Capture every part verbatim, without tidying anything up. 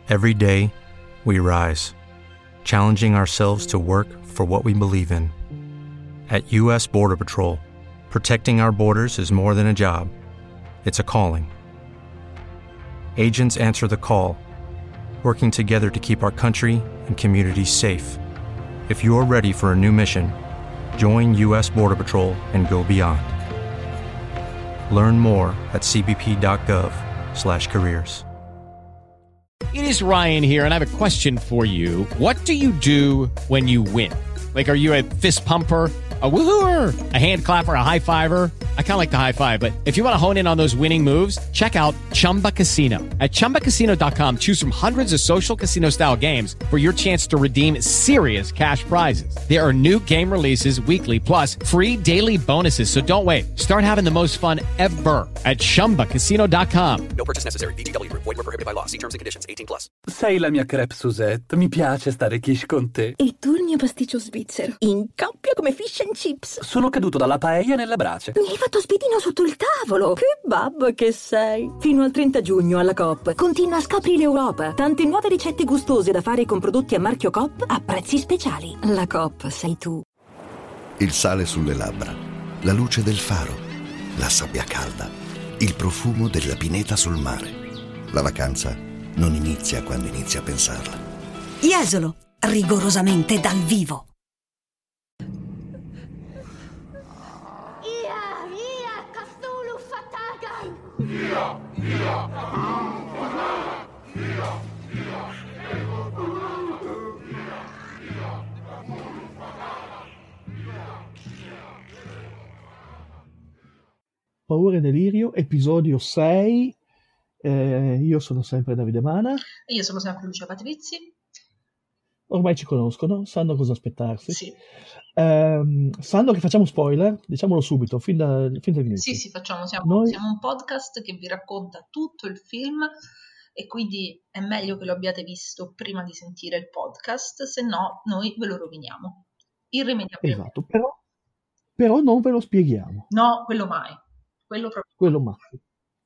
Every day, we rise, challenging ourselves to work for what we believe in. At U S Border Patrol, protecting our borders is more than a job. It's a calling. Agents answer the call, working together to keep our country and communities safe. If you're ready for a new mission, join U S Border Patrol and go beyond. Learn more at c b p dot gov slash careers. It is Ryan here, and I have a question for you. What do you do when you win? Like, are you a fist pumper, a woohooer, a hand clapper, a high fiver? I kind of like the high five, but if you want to hone in on those winning moves, check out Chumba Casino. At chumba casino dot com, choose from hundreds of social casino style games for your chance to redeem serious cash prizes. There are new game releases weekly, plus free daily bonuses. So don't wait. Start having the most fun ever at chumba casino dot com. No purchase necessary. V G W Group. Void were prohibited by law. See terms and conditions. eighteen plus. Sei la mia crepe Suzette. Mi piace stare quiche con te. E tu il mio pasticcio svizzero. In coppia come fish and chips. Sono caduto dalla paella nella brace. Mi hai fatto spiedino sotto il tavolo. Che babbo che sei. Fino al trenta giugno alla Coop. Continua a Scopri l'Europa. Tante nuove ricette gustose da fare con prodotti a marchio Coop a prezzi speciali. La Coop sei tu. Il sale sulle labbra, la luce del faro, la sabbia calda, il profumo della pineta sul mare. La vacanza non inizia quando inizi a pensarla. Jesolo, rigorosamente dal vivo. Ia, ia, Cthulhu Fatagan! Ia, ia, Cthulhu Fatagan! Ia, ia, Paura e delirio, episodio sei. Eh, io sono sempre Davide Mana. E io sono sempre Lucia Patrizzi. Ormai ci conoscono, sanno cosa aspettarsi. Sì. Eh, sanno che facciamo spoiler, diciamolo subito, fin, da, fin dall'inizio. Sì, sì, facciamo. Siamo, Noi... siamo un podcast che vi racconta tutto il film e quindi è meglio che lo abbiate visto prima di sentire il podcast, se no noi ve lo roviniamo. Irrimediabilmente. Esatto, però, però non ve lo spieghiamo. No, quello mai. Quello proprio. Quello mai.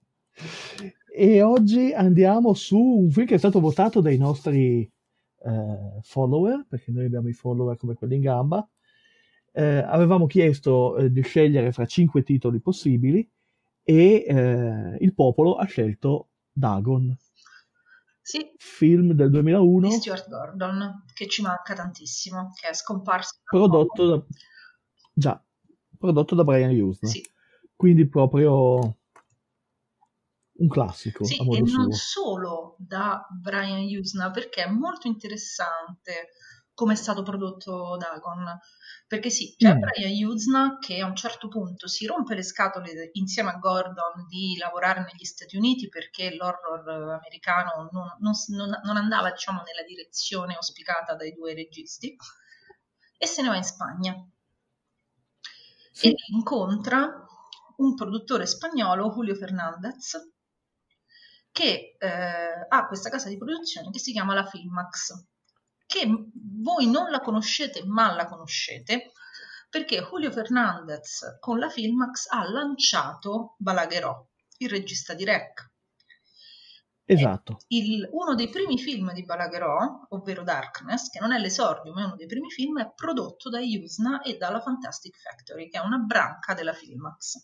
E oggi andiamo su un film che è stato votato dai nostri eh, follower, perché noi abbiamo i follower come quelli in gamba. Eh, avevamo chiesto eh, di scegliere fra cinque titoli possibili e eh, il popolo ha scelto Dagon. Sì. Film del duemilauno di Stuart Gordon, che ci manca tantissimo, che è scomparso. Prodotto da, già, prodotto da Brian Usna. Sì. Quindi proprio un classico. Sì, a modo e suo. non solo da Brian Usna, perché è molto interessante come è stato prodotto Dagon. Perché sì, c'è Mm. Brian Usna che a un certo punto si rompe le scatole insieme a Gordon di lavorare negli Stati Uniti perché l'horror americano non, non, non- non andava, diciamo, nella direzione auspicata dai due registi, e se ne va in Spagna. Sì. E lì incontra un produttore spagnolo, Julio Fernandez, che eh, ha questa casa di produzione che si chiama la Filmax, che m- voi non la conoscete, ma la conoscete, perché Julio Fernandez con la Filmax ha lanciato Balaguerò, il regista di Rec. Esatto. Il- uno dei primi film di Balaguerò, ovvero Darkness, che non è l'esordio, ma è uno dei primi film, è prodotto da Usna e dalla Fantastic Factory, che è una branca della Filmax.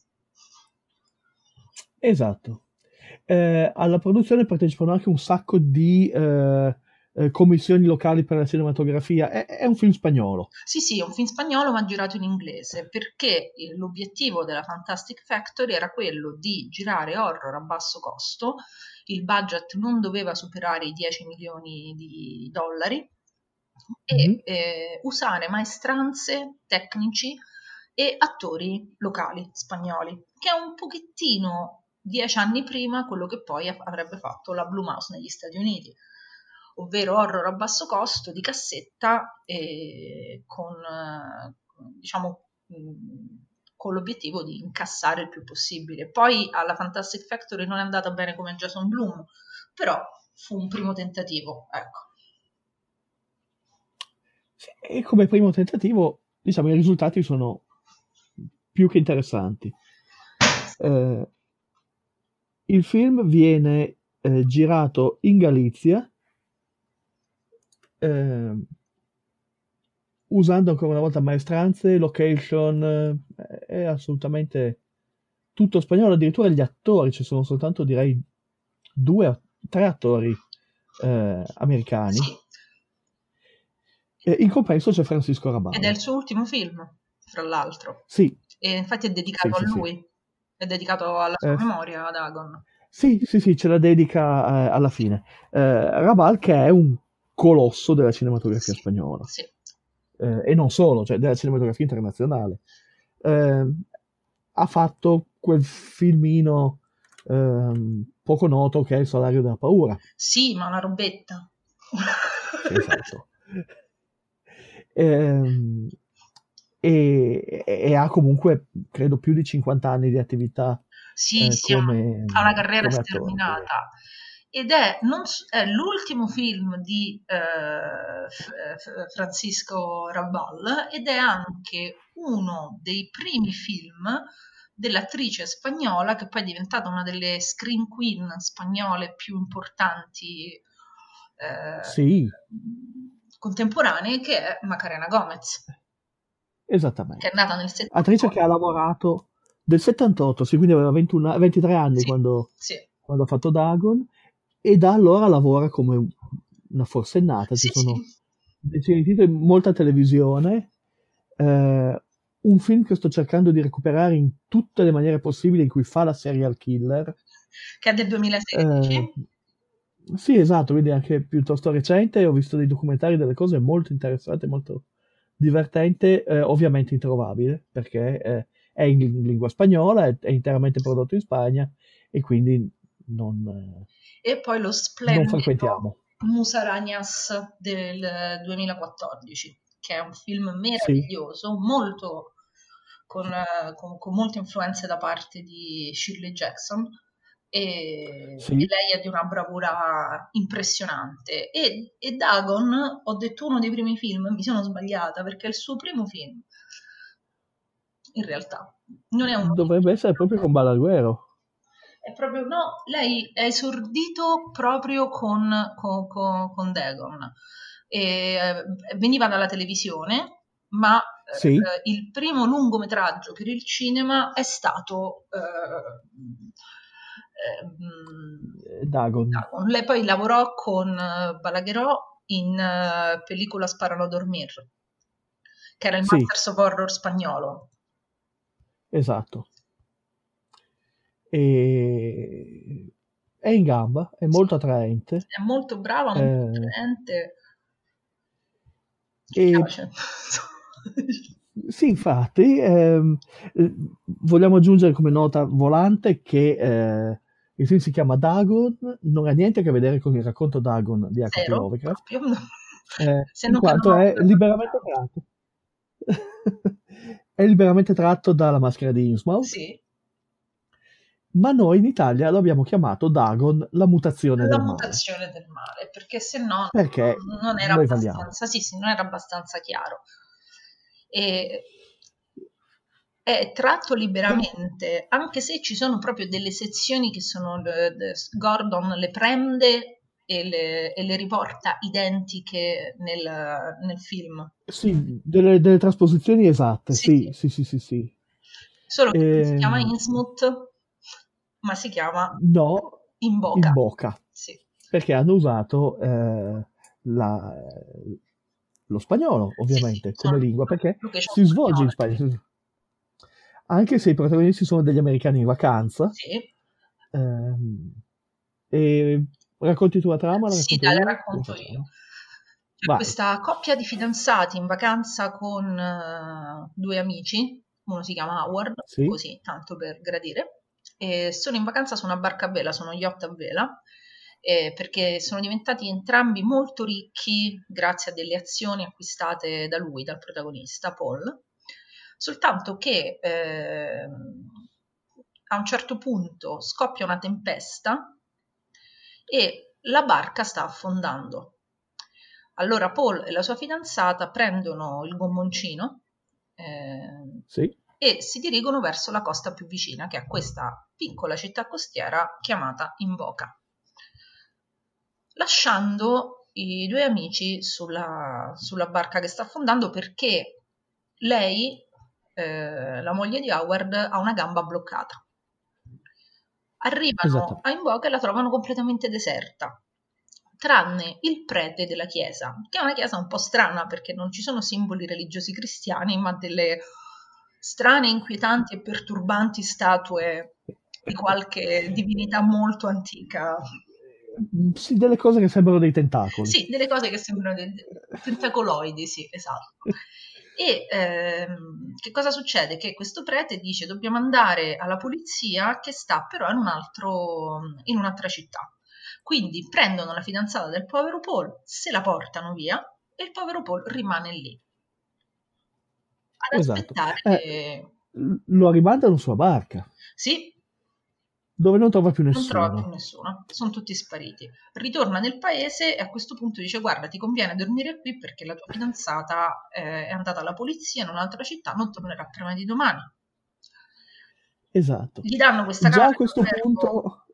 Esatto. Eh, alla produzione partecipano anche un sacco di eh, eh, commissioni locali per la cinematografia. È, è un film spagnolo. Sì, sì, è un film spagnolo ma girato in inglese, perché eh, l'obiettivo della Fantastic Factory era quello di girare horror a basso costo. Il budget non doveva superare i dieci milioni di dollari e Mhm. eh, usare maestranze, tecnici e attori locali spagnoli, che è un pochettino dieci anni prima quello che poi av- avrebbe fatto la Blue Mouse negli Stati Uniti, ovvero horror a basso costo di cassetta e con, eh, diciamo, mh, con l'obiettivo di incassare il più possibile. Poi alla Fantastic Factory non è andata bene come Jason Blum, però fu un primo tentativo, ecco. Sì, e come primo tentativo, diciamo, i risultati sono più che interessanti. Eh, il film viene eh, girato in Galizia, eh, usando ancora una volta maestranze, location, eh, è assolutamente tutto spagnolo, addirittura gli attori, ci sono soltanto direi due, tre attori eh, americani. Sì. E in compenso c'è Francisco Rabal. Ed è il suo ultimo film, fra l'altro. Sì. E infatti è dedicato Sì, a sì, lui, sì. è dedicato alla sua Eh, memoria, ad Agon. Sì, sì, sì, ce la dedica eh, alla fine. Eh, Rabal, che è un colosso della cinematografia Sì, spagnola. sì. Eh, e non solo, cioè della cinematografia internazionale. Eh, ha fatto quel filmino ehm, poco noto che è Il salario della paura. Sì, ma una robetta. Sì, esatto. Ehm, e, e ha comunque, credo, più di cinquanta anni di attività Sì, eh, sì, come, ha una carriera come attore. sterminata. Ed è, non s- è l'ultimo film di eh, F- F- Francisco Rabal ed è anche uno dei primi film dell'attrice spagnola che poi è diventata una delle screen queen spagnole più importanti eh, Sì, contemporanee, che è Macarena Gomez, esattamente. che è nata nel Attrice settantotto. che ha lavorato del settantotto, sì, quindi aveva ventuno ventitré anni Sì, quando, sì. quando ha fatto Dagon, e da allora lavora come una forsennata. Ci Sì, sono sì. decine di titoli, molta televisione. eh, un film che sto cercando di recuperare in tutte le maniere possibili in cui fa la serial killer. Che è del duemilasedici. Eh, sì, esatto, quindi anche piuttosto recente. Ho visto dei documentari, delle cose molto interessanti, molto divertente, eh, ovviamente introvabile, perché eh, è in lingua spagnola, è, è interamente prodotto in Spagna e quindi non, eh, E poi lo non splendido frequentiamo. Musarañas del duemilaquattordici, che è un film Sì, meraviglioso, molto con, eh, con- con molte influenze da parte di Shirley Jackson, e, e sì, lei è di una bravura impressionante. E, e Dagon, ho detto uno dei primi film, mi sono sbagliata perché è il suo primo film, in realtà. Non è uno dei dovrebbe essere proprio con Balaguero. è proprio no, lei è esordito proprio con, con, con, con Dagon. E, eh, veniva dalla televisione, ma Sì, eh, il primo lungometraggio per il cinema è stato eh, eh, Dagon. Dagon. Lei poi lavorò con eh, Balaguerò in eh, pellicola Sparano a dormir, che era il Sì, Masters of Horror spagnolo. esatto. E è in gamba, è molto attraente. È molto brava, molto eh, attraente. Mi e piace. Sì, infatti, ehm, eh, vogliamo aggiungere come nota volante che eh, il film si chiama Dagon, non ha niente a che vedere con il racconto Dagon di acca pi. Zero, Lovecraft, proprio. eh, Se in non che non quanto ho è liberamente tratto. È liberamente tratto dalla Maschera di Innsmouth, Sì, ma noi in Italia lo abbiamo chiamato Dagon, la mutazione la del male, mutazione del male, perché se no perché non, non era noi valiamo. abbastanza, sì, sì, non era abbastanza chiaro. E è tratto liberamente, anche se ci sono proprio delle sezioni che sono le- le- Gordon le prende e le, e le riporta identiche nel, nel film. Sì, delle, delle trasposizioni esatte, Sì, sì, sì. sì, sì, sì, sì. Solo che non si chiama Ehm, Innsmouth, ma si chiama no, in Invoca. bocca, Sì. perché hanno usato eh, la- lo spagnolo, Sì, sì, ovviamente, sono come lingua, perché location si svolge in spagnole. Spagna. Anche se i protagonisti sono degli americani in vacanza. Sì. ehm, e racconti tu la trama, la Sì, racconto dai, la io? Come racconto io. facciamo? C'è Vai, questa coppia di fidanzati in vacanza con eh, due amici, uno si chiama Howard, sì, così, tanto per gradire, e sono in vacanza su una barca a vela, su uno yacht a vela, eh, perché sono diventati entrambi molto ricchi grazie a delle azioni acquistate da lui, dal protagonista, Paul, soltanto che eh, a un certo punto scoppia una tempesta e la barca sta affondando. Allora Paul e la sua fidanzata prendono il gommoncino eh, sì, e si dirigono verso la costa più vicina, che è questa piccola città costiera chiamata Invoca, lasciando i due amici sulla, sulla barca che sta affondando perché lei, eh, la moglie di Howard, ha una gamba bloccata. Arrivano Esatto. a Imboga e la trovano completamente deserta, tranne il prete della chiesa, che è una chiesa un po' strana perché non ci sono simboli religiosi cristiani, ma delle strane, inquietanti e perturbanti statue di qualche divinità molto antica. Sì, delle cose che sembrano dei tentacoli. Sì, delle cose che sembrano dei tentacoloidi, sì, esatto. E ehm, che cosa succede? Che questo prete dice dobbiamo andare alla polizia che sta però in un altro, in un'altra città. Quindi prendono la fidanzata del povero Paul, se la portano via e il povero Paul rimane lì ad Esatto. aspettare. Eh, lo rimandano sulla barca. Sì. Dove non trova più Non nessuno. trova più nessuno, sono tutti spariti. Ritorna nel paese e a questo punto dice guarda ti conviene dormire qui perché la tua fidanzata eh, è andata alla polizia in un'altra città, non tornerà prima di domani. Esatto. Gli danno questa Già casa a questo albergo. punto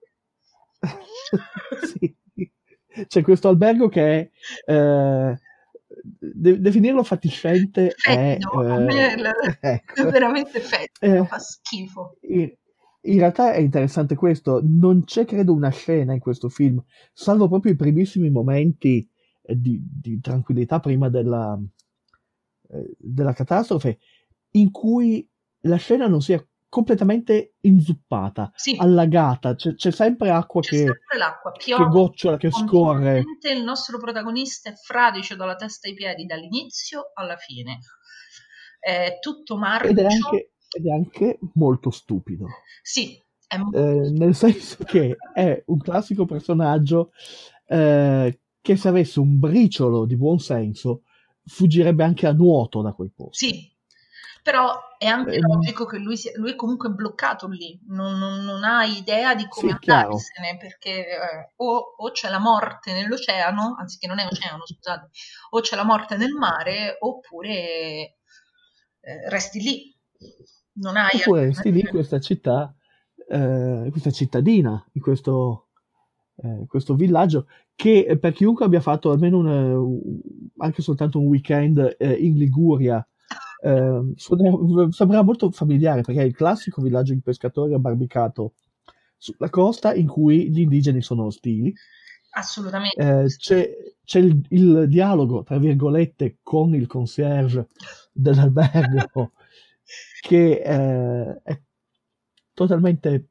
sì. C'è questo albergo che è eh, de- definirlo fatiscente Fetido, è, a me eh, l- ecco. è veramente fetido, Eh, fa schifo. in, in realtà è interessante questo, non c'è credo una scena in questo film, salvo proprio i primissimi momenti eh, di, di tranquillità prima della, eh, della catastrofe, in cui la scena non sia completamente inzuppata, Sì. allagata, c'è, c'è sempre acqua C'è che, sempre l'acqua, che piove gocciola, che scorre. continuamente, il nostro protagonista è fradicio dalla testa ai piedi dall'inizio alla fine. È tutto marcio. Ed è anche, ed è anche molto stupido. Sì, è molto Eh, nel senso che è un classico personaggio eh, che se avesse un briciolo di buon senso fuggirebbe anche a nuoto da quel posto. Sì, però è anche Eh, logico che lui, sia, lui è comunque bloccato lì, non, non- non ha idea di come Sì, chiaro. andarsene, perché eh, o, o c'è la morte nell'oceano, anzi che non è oceano, scusate, o c'è la morte nel mare, oppure eh, resti lì, non hai Oppure resti lì in alternative. questa città, eh, in questa cittadina, in questo, eh, questo villaggio, che eh, per chiunque abbia fatto almeno un, eh, un- anche soltanto un weekend eh, in Liguria, eh, suona- sembrava molto familiare, perché è il classico villaggio di pescatori abbarbicato sulla costa in cui gli indigeni sono ostili. Assolutamente. Eh, c'è c'è il, il dialogo, tra virgolette, con il concierge dell'albergo che eh, è totalmente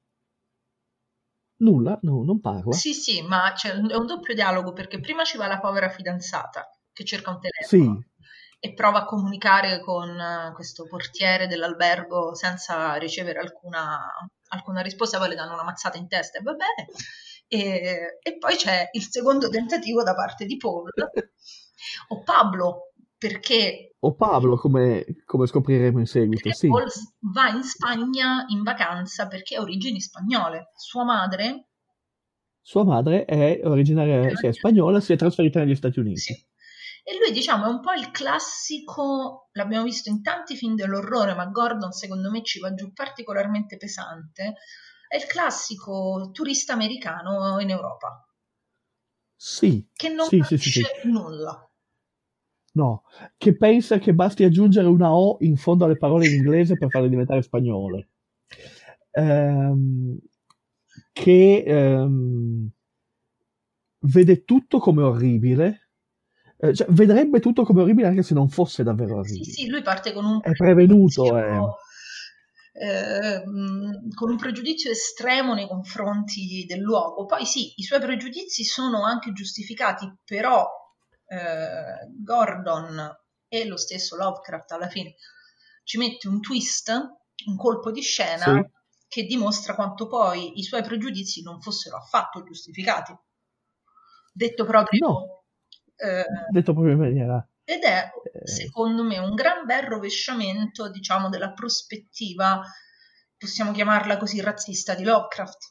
nulla, no, non parla. Sì, sì, ma c'è un- è un doppio dialogo perché prima ci va la povera fidanzata che cerca un telefono Sì, e prova a comunicare con eh, questo portiere dell'albergo senza ricevere alcuna, alcuna risposta, poi le danno una mazzata in testa e va bene. E, e poi c'è il secondo tentativo da parte di Paul o Pablo, perché, o Pablo, come, come scopriremo in seguito, perché sì. Paul s- va in Spagna in vacanza perché ha origini spagnole. Sua madre Sua madre è originaria, sì, è spagnola, si è trasferita negli Stati Uniti. sì. E lui, diciamo, è un po' il classico, l'abbiamo visto in tanti film dell'orrore, ma Gordon secondo me ci va giù particolarmente pesante, è il classico turista americano in Europa, Sì, che non sì, sì, sì, sì. capisce nulla. No, che pensa che basti aggiungere una O in fondo alle parole in inglese per farle diventare spagnole. Ehm, che ehm, vede tutto come orribile, eh, cioè, vedrebbe tutto come orribile anche se non fosse davvero Sì, orribile. sì, lui parte con un È prevenuto, pregiudizio, è... eh, mh, con un pregiudizio estremo nei confronti del luogo. Poi sì, i suoi pregiudizi sono anche giustificati, però eh, Gordon e lo stesso Lovecraft alla fine ci mette un twist, un colpo di scena Sì. che dimostra quanto poi i suoi pregiudizi non fossero affatto giustificati. Detto proprio, No, eh, detto proprio in maniera... ed è eh, secondo me un gran bel rovesciamento, diciamo, della prospettiva, possiamo chiamarla così, razzista di Lovecraft.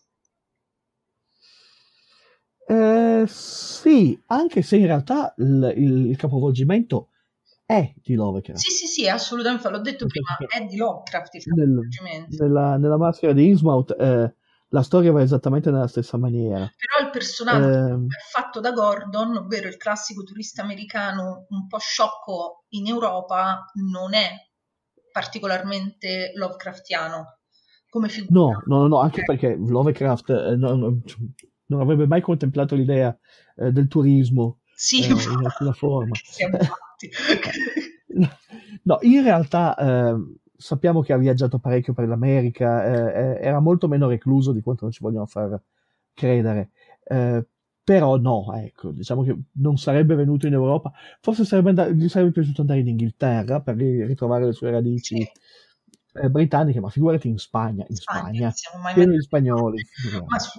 eh, sì, anche se in realtà il, il- il capovolgimento è di Lovecraft. Sì, sì, sì, assolutamente, l'ho detto Nel senso prima, che è di Lovecraft il nel- capovolgimento. nella, nella maschera di Innsmouth eh, la storia va esattamente nella stessa maniera. Però il personaggio Eh, è fatto da Gordon, ovvero il classico turista americano un po' sciocco in Europa, non è particolarmente Lovecraftiano come figura. no, no, no, no, anche perché Lovecraft eh, non, non avrebbe mai contemplato l'idea eh, del turismo Sì, eh, in alcuna forma. siamo fatti. No, in realtà eh, sappiamo che ha viaggiato parecchio per l'America, eh, eh, era molto meno recluso di quanto non ci vogliono far credere. Eh, però no, ecco, diciamo che non sarebbe venuto in Europa, forse sarebbe and- gli sarebbe piaciuto andare in Inghilterra per ri- ritrovare le sue radici Sì. eh, britanniche, ma figurati in Spagna, in Spagna, Spagna, siamo mai pieno di messi spagnoli, ma figurati. su.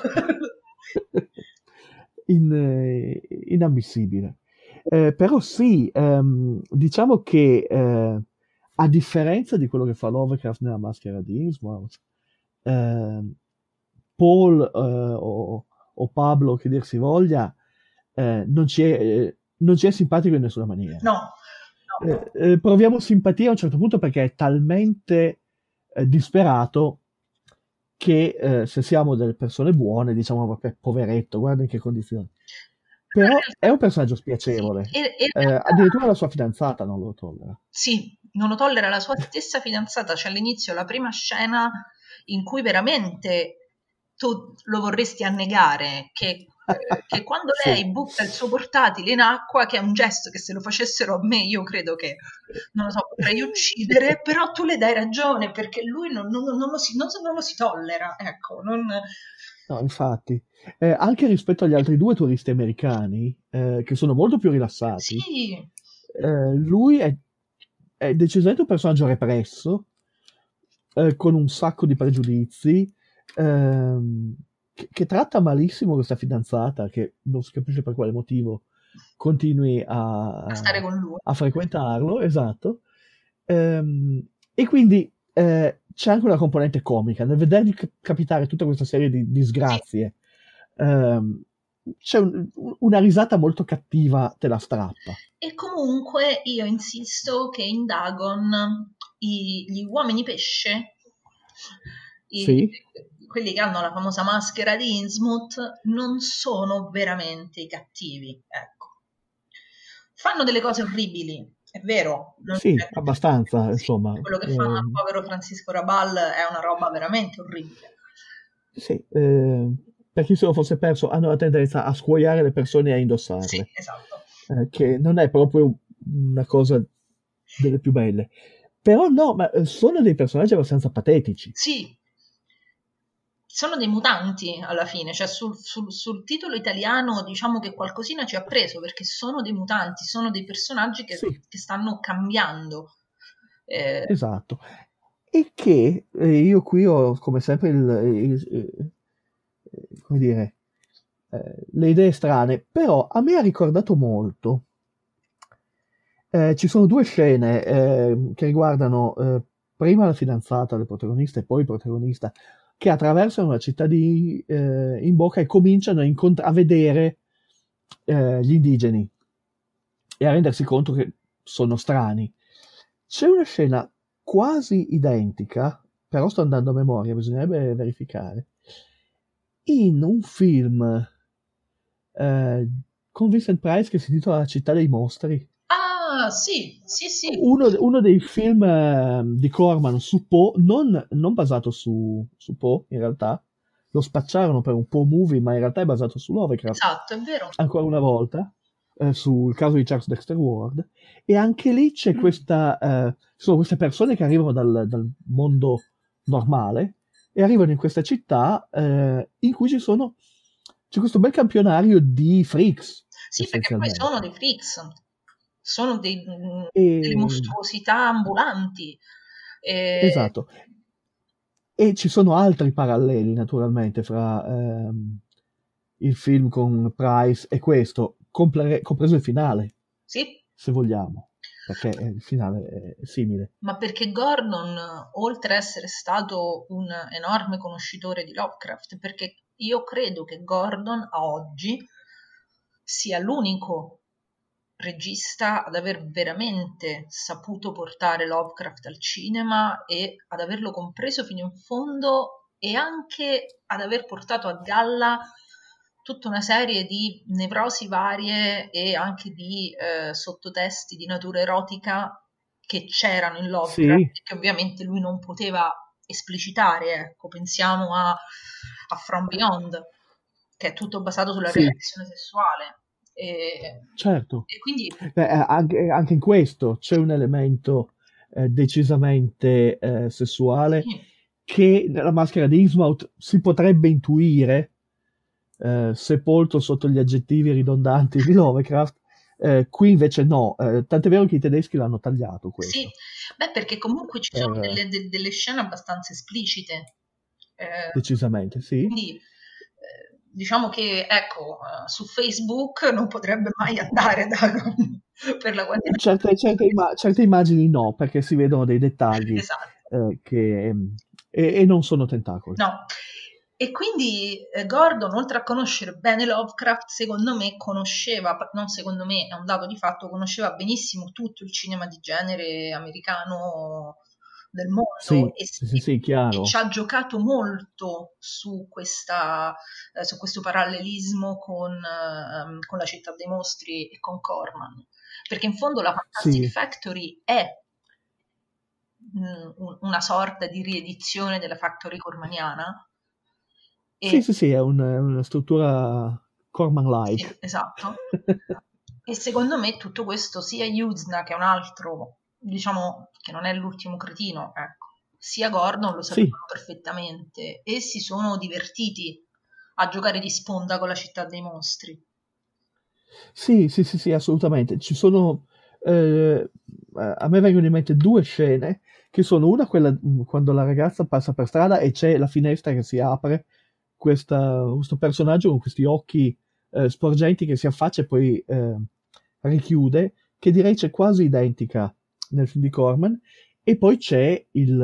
In, eh, inammissibile. Eh, però sì, ehm, diciamo che eh, a differenza di quello che fa Lovecraft nella Maschera di Innsmouth, ehm, Paul eh, o, o Pablo, che dir si voglia, eh, non ci è, eh, non ci è simpatico in nessuna maniera. No, no. Eh, eh, proviamo simpatia a un certo punto perché è talmente eh, disperato che eh, se siamo delle persone buone diciamo vabbè, poveretto, guarda in che condizioni. Però è un personaggio spiacevole. Sì, e- e in Eh, realtà- addirittura la sua fidanzata non lo tollera. Sì, non lo tollera la sua stessa fidanzata. C'è all'inizio la prima scena in cui veramente tu lo vorresti annegare, che, eh, che quando Sì. lei butta il suo portatile in acqua, che è un gesto che se lo facessero a me, io credo che, non lo so, potrei uccidere, però tu le dai ragione, perché lui non, non- non lo, si, non, non lo si tollera, ecco, non... No, infatti. Eh, anche rispetto agli altri due turisti americani, eh, che sono molto più rilassati, Sì, eh, lui è, è decisamente un personaggio represso, eh, con un sacco di pregiudizi, ehm, che, che tratta malissimo questa fidanzata, che non si capisce per quale motivo continui a, a stare con lui. a frequentarlo, esatto. Ehm, e quindi eh, c'è anche una componente comica nel vedergli cap- capitare tutta questa serie di disgrazie. Ehm, c'è un- una risata molto cattiva, te la strappa. E comunque io insisto che in Dagon i- gli uomini pesce, i- Sì. quelli che hanno la famosa maschera di Innsmouth, non sono veramente i cattivi, ecco. Fanno delle cose orribili, è vero. non Sì, c'è- abbastanza, sì, insomma. quello che fanno al Ehm, povero Francisco Rabal è una roba veramente orribile. sì, eh, per chi se lo fosse perso, hanno la tendenza a scuoiare le persone e a indossarle, Sì, esatto. eh, che non è proprio una cosa delle più belle. Però no, ma eh, sono dei personaggi abbastanza patetici. Sì, sono dei mutanti alla fine, cioè sul, sul- sul titolo italiano diciamo che qualcosina ci ha preso perché sono dei mutanti, sono dei personaggi che, Sì. che stanno cambiando. Eh, Esatto. E che eh, io qui ho come sempre il, il- il- eh, come dire, eh, le idee strane, però a me ha ricordato molto. Eh, ci sono due scene eh, che riguardano eh, prima la fidanzata del protagonista e poi il protagonista che attraversano la città di eh, Imboca e cominciano a, incont- a vedere eh, gli indigeni e a rendersi conto che sono strani. C'è una scena quasi identica, però sto andando a memoria, bisognerebbe verificare, in un film eh, con Vincent Price che si intitola La città dei mostri. ah, sì, sì, sì. Uno, uno dei film eh, di Corman su Poe, non, non basato su, su Poe in realtà, lo spacciarono per un Poe movie, ma in realtà è basato su Lovecraft. Esatto, è vero. Ancora una volta, eh, sul caso di Charles Dexter Ward, e anche lì c'è questa, eh, sono queste persone che arrivano dal, dal mondo normale e arrivano in questa città eh, in cui ci sono, c'è questo bel campionario di freaks, Sì, perché poi essenzialmente. sono dei freaks, sono dei, E- delle mostruosità ambulanti. Eh, Esatto. E ci sono altri paralleli, naturalmente, fra ehm, il film con Price e questo, compre- compreso il finale, sì, se vogliamo, perché eh, il finale è simile. ma perché Gordon, oltre a essere stato un enorme conoscitore di Lovecraft, perché io credo che Gordon a oggi sia l'unico regista ad aver veramente saputo portare Lovecraft al cinema e ad averlo compreso fino in fondo e anche ad aver portato a galla tutta una serie di nevrosi varie e anche di eh, sottotesti di natura erotica che c'erano in Lovecraft, Sì. e che ovviamente lui non poteva esplicitare. Ecco, pensiamo a, a From Beyond, che è tutto basato sulla Sì. relazione sessuale. E, Certo. e quindi Beh, eh, anche, anche in questo c'è un elemento eh, decisamente eh, sessuale sì, che nella Maschera di Innsmouth si potrebbe intuire, eh, sepolto sotto gli aggettivi ridondanti di Lovecraft. Eh, qui invece no, eh, tant'è vero che i tedeschi l'hanno tagliato questo. sì, beh, perché comunque ci Per- sono delle, de- delle scene abbastanza esplicite. Eh, Decisamente, sì. quindi eh, diciamo che, ecco, eh, su Facebook non potrebbe mai andare da, per la quantità. Certe, certe, imma- certe immagini no, perché si vedono dei dettagli Esatto. eh, che, e, e non sono tentacoli. No. E quindi eh, Gordon, oltre a conoscere bene Lovecraft, secondo me conosceva, non secondo me, è un dato di fatto, conosceva benissimo tutto il cinema di genere americano del mondo, Sì, e, sì, sì, sì, chiaro. e ci ha giocato molto su, questa, eh, su questo parallelismo con, eh, con La città dei mostri e con Corman, perché in fondo la Fantastic Sì. Factory è mh, una sorta di riedizione della Factory cormaniana. E, Sì, sì, sì, è un- una struttura Corman-like. sì, esatto. E secondo me tutto questo, sia Yuzna, che è un altro, diciamo, che non è l'ultimo cretino, ecco, sia Gordon lo sapevano Sì. perfettamente e si sono divertiti a giocare di sponda con La città dei mostri. Sì, sì, sì, sì, assolutamente. Ci sono, eh, a me vengono in mente due scene, che sono una quella mh, quando la ragazza passa per strada e c'è la finestra che si apre, questa- questo personaggio con questi occhi eh, sporgenti che si affaccia e poi eh, richiude, che direi c'è quasi identica nel film di Corman, e poi c'è il,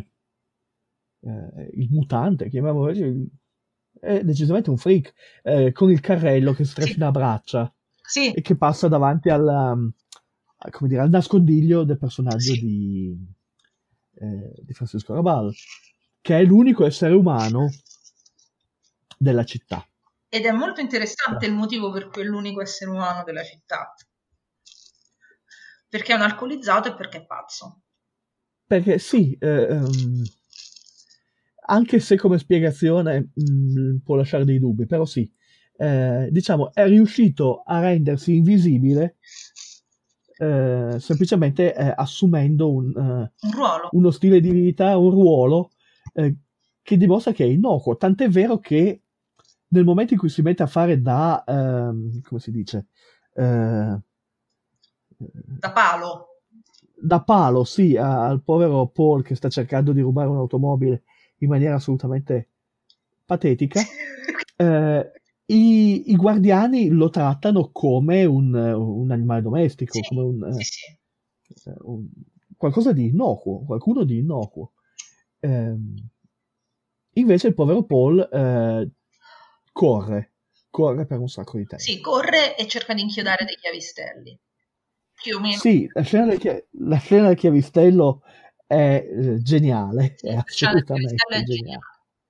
eh, il mutante, chiamiamolo così, è decisamente un freak, eh, con il carrello che strafina a braccia Sì, e che passa davanti al, um, a- come dire, al nascondiglio del personaggio sì. di, eh, di Francisco Rabal, che è l'unico essere umano della città. Ed è molto interessante il motivo per cui è l'unico essere umano della città. Perché è un alcolizzato e perché è pazzo. Perché sì, eh, ehm, anche se come spiegazione mh, può lasciare dei dubbi, però sì, eh, diciamo, è riuscito a rendersi invisibile eh, semplicemente eh, assumendo un, eh, Un ruolo. uno stile di vita, un ruolo eh, che dimostra che è innocuo, tant'è vero che nel momento in cui si mette a fare da, ehm, come si dice, eh, Da palo. da palo, sì, a- al povero Paul che sta cercando di rubare un'automobile in maniera assolutamente patetica, eh, i, i guardiani lo trattano come un, un animale domestico, Sì, come un, eh, sì, sì. un- qualcosa di innocuo, qualcuno di innocuo. Ehm, invece il povero Paul eh, corre, corre per un sacco di tempo. Sì, corre e cerca di inchiodare dei chiavistelli. Più o meno. Sì, la scena del, chia- la scena del chiavistello è eh, geniale, Sì, è la scena del assolutamente chiavistello è geniale.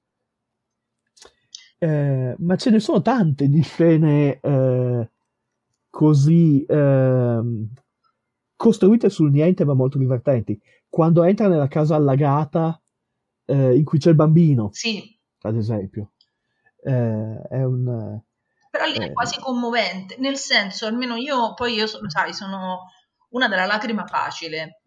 Eh, ma ce ne sono tante di scene eh, così ehm, costruite sul niente ma molto divertenti. Quando entra nella casa allagata eh, in cui c'è il bambino, Sì, ad esempio, eh, è un... però lì è eh, quasi commovente, nel senso, almeno io, poi io, sono, sai, sono una della lacrima facile.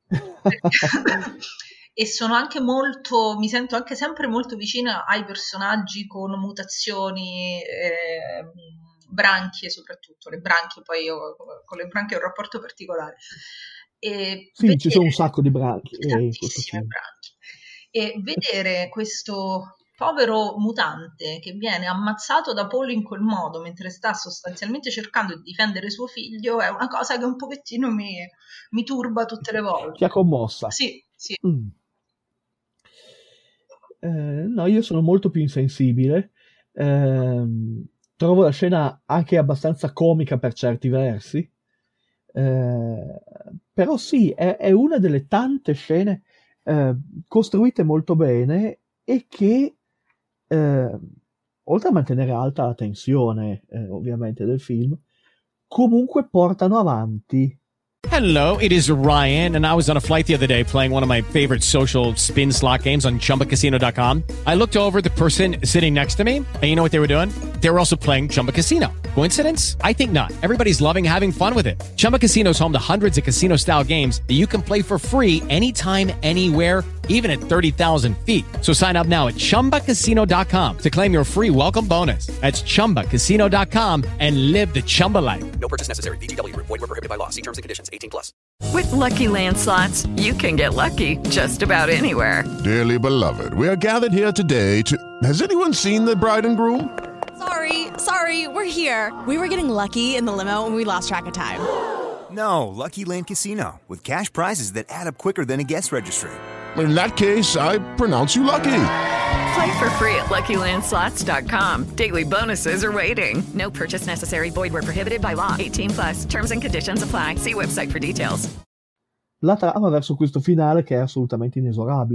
E sono anche molto, mi sento anche sempre molto vicina ai personaggi con mutazioni, eh, branchie soprattutto, le branchie, poi io con le branchie ho un rapporto particolare. E sì, vedere, ci sono un sacco di branchi eh, in questo tantissime film. branchie. E vedere questo povero mutante che viene ammazzato da Paul in quel modo mentre sta sostanzialmente cercando di difendere suo figlio è una cosa che un pochettino mi, mi turba tutte le volte. Ti ha commossa? Sì, sì. Mm. Eh, no, io sono molto più insensibile. Ehm, trovo la scena anche abbastanza comica per certi versi. Eh, però sì, è, è una delle tante scene eh, costruite molto bene e che eh, oltre a mantenere alta la tensione eh, ovviamente del film, comunque portano avanti. Hello, it is Ryan, and I was on a flight the other day playing one of my favorite social spin slot games on chumba casino dot com. I looked over at the person sitting next to me, and you know what they were doing? They were also playing Chumba Casino. Coincidence? I think not. Everybody's loving having fun with it. Chumba Casino is home to hundreds of casino-style games that you can play for free anytime, anywhere, even at thirty thousand feet. So sign up now at chumba casino dot com to claim your free welcome bonus. That's chumba casino dot com and live the Chumba life. No purchase necessary. V G W. Void were prohibited by law. See terms and conditions. eighteen plus. With Lucky Land Slots, you can get lucky just about anywhere. Dearly beloved, we are gathered here today to... Has anyone seen the bride and groom? Sorry, sorry, we're here. We were getting lucky in the limo and we lost track of time. No, Lucky Land Casino, with cash prizes that add up quicker than a guest registry. In that case, I pronounce you lucky. Play for free at lucky land slots dot com. Daily bonuses are waiting. No purchase necessary. Void where prohibited by law. eighteen plus. Terms and conditions apply. See website for details. La trama verso questo finale che è assolutamente inesorabile.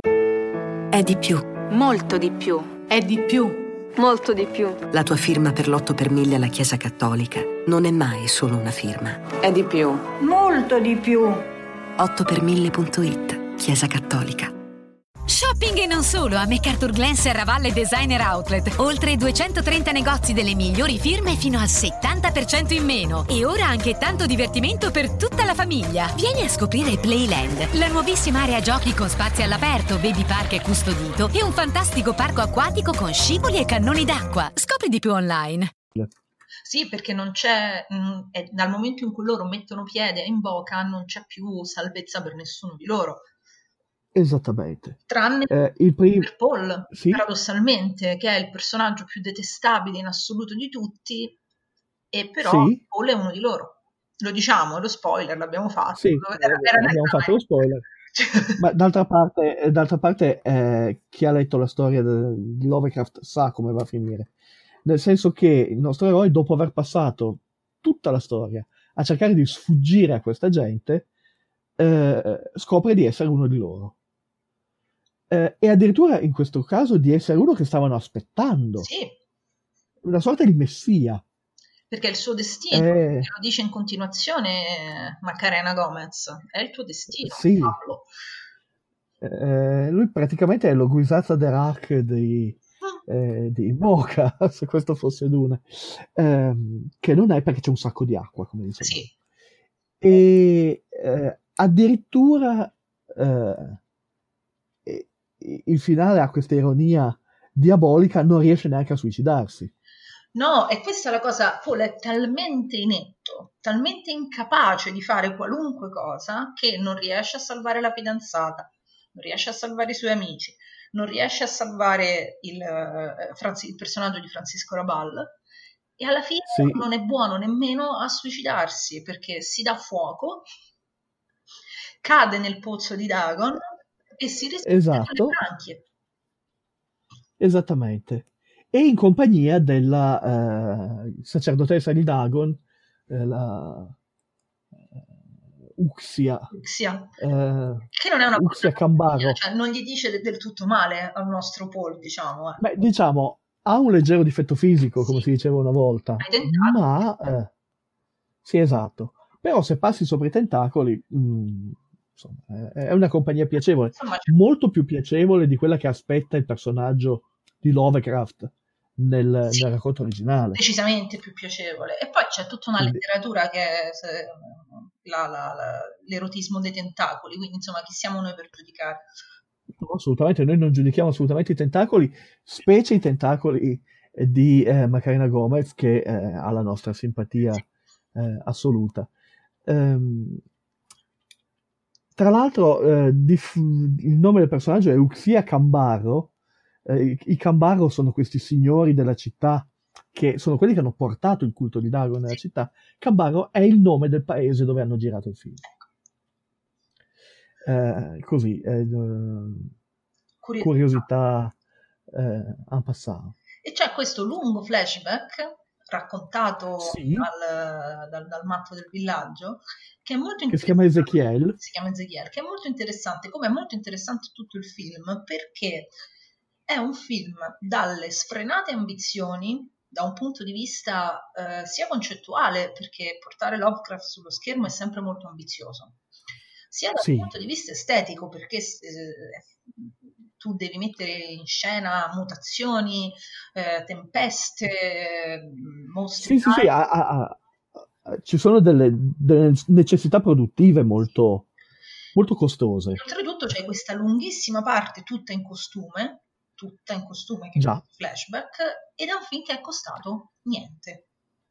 È di più. Molto di più. È di più. Molto di più. La tua firma per l'otto per mille alla Chiesa Cattolica non è mai solo una firma. È di più. Molto di più. otto per mille punto it. Chiesa Cattolica. Shopping e non solo a MacArthurGlen Serravalle Designer Outlet. Oltre duecentotrenta negozi delle migliori firme fino al settanta per cento in meno. E ora anche tanto divertimento per tutta la famiglia. Vieni a scoprire Playland, la nuovissima area giochi con spazi all'aperto, baby park e custodito e un fantastico parco acquatico con scivoli e cannoni d'acqua. Scopri di più online. Sì, perché non c'è, mh, è, dal momento in cui loro mettono piede in Boca non c'è più salvezza per nessuno di loro. Esattamente. Tranne eh, il prim- per Paul, sì? paradossalmente, che è il personaggio più detestabile in assoluto di tutti, e però sì? Paul è uno di loro. Lo diciamo, è lo spoiler, l'abbiamo fatto. Sì, era, era abbiamo fatto lo spoiler. Ma d'altra parte, d'altra parte eh, chi ha letto la storia de- di Lovecraft sa come va a finire. Nel senso che il nostro eroe, dopo aver passato tutta la storia a cercare di sfuggire a questa gente, eh, scopre di essere uno di loro. Eh, e addirittura in questo caso di essere uno che stavano aspettando. Sì. Una sorta di messia. Perché è il suo destino, eh, lo dice in continuazione Macarena Gomez, è il tuo destino. Sì. Eh, lui praticamente è lo Guisazza Derac di, eh, di Boca, se questo fosse Duna, eh, che non è perché c'è un sacco di acqua, come dicevo. Sì. E eh, addirittura eh, il finale ha questa ironia diabolica, non riesce neanche a suicidarsi. No, e questa è la cosa, Paul è talmente inetto, talmente incapace di fare qualunque cosa che non riesce a salvare la fidanzata, non riesce a salvare i suoi amici, non riesce a salvare il, eh, Franz- il personaggio di Francisco Rabal e alla fine sì. non è buono nemmeno a suicidarsi perché si dà fuoco, cade nel pozzo di Dagon e si rispetta esatto. le branchie. Esattamente. E in compagnia della eh, sacerdotessa di Dagon, eh, la uh, Uxia, Uxia. Eh, che non è una Uxia Cambarro. Cioè, non gli dice del tutto male al nostro Paul, diciamo. Eh. Beh, diciamo, ha un leggero difetto fisico, come sì. si diceva una volta, ma eh, sì, esatto. Però se passi sopra i tentacoli, mh, insomma, è una compagnia piacevole, insomma, molto più piacevole di quella che aspetta il personaggio di Lovecraft nel, sì, nel racconto originale. Decisamente più piacevole. E poi c'è tutta una Quindi, letteratura che è se, la, la, la, l'erotismo dei tentacoli, quindi insomma chi siamo noi per giudicare? no, assolutamente, noi non giudichiamo assolutamente i tentacoli, specie i tentacoli di eh, Macarena Gomez, che eh, ha la nostra simpatia eh, assoluta. Ehm, tra l'altro eh, dif- il nome del personaggio è Uxia Cambarro. Eh, i Cambarro sono questi signori della città che sono quelli che hanno portato il culto di Dagon nella città. Cambarro è il nome del paese dove hanno girato il film. Eh, così, eh, Curiosità, curiosità eh, en passant. e c'è questo lungo flashback raccontato Sì. dal, dal, dal matto del villaggio che è molto Che si chiama Ezechiel. si chiama Ezechiel, che è molto interessante, come è molto interessante tutto il film, perché è un film dalle sfrenate ambizioni, da un punto di vista eh, sia concettuale, perché portare Lovecraft sullo schermo è sempre molto ambizioso, sia dal Sì. punto di vista estetico, perché eh, tu devi mettere in scena mutazioni, eh, tempeste, mostri. Sì, sì, sì, ha- ha- ha- ci sono delle, delle necessità produttive molto, molto costose. Oltretutto c'è questa lunghissima parte tutta in costume, tutta in costume che è Già. un flashback, ed è un film che è costato niente.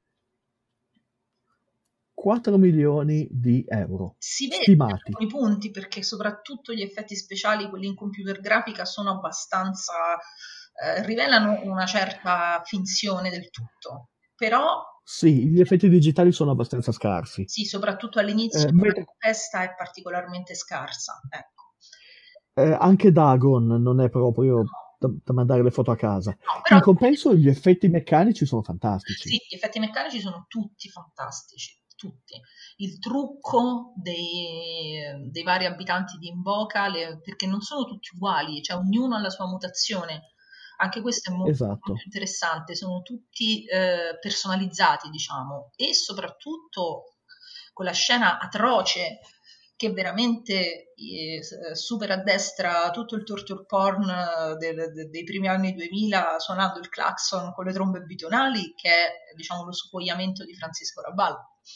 quattro milioni di euro Si vede stimati. con i punti, perché soprattutto gli effetti speciali, quelli in computer grafica, sono abbastanza eh, rivelano una certa finzione del tutto, però Sì, gli effetti digitali sono abbastanza scarsi. sì, soprattutto all'inizio Eh, la mentre- tempesta è particolarmente scarsa, ecco. Eh, anche Dagon non è proprio da, da mandare le foto a casa. No, però In compenso gli effetti meccanici sono fantastici. sì, gli effetti meccanici sono tutti fantastici, tutti. Il trucco dei, dei vari abitanti di Invoca, le- perché non sono tutti uguali, cioè ognuno ha la sua mutazione. Anche questo è molto, Esatto. molto interessante, sono tutti eh, personalizzati, diciamo, e soprattutto quella scena atroce che veramente eh, super a destra tutto il torture porn eh, del- de- dei primi anni duemila, suonando il clacson con le trombe bitonali, che è, diciamo, lo scuoiamento di Francisco Rabal.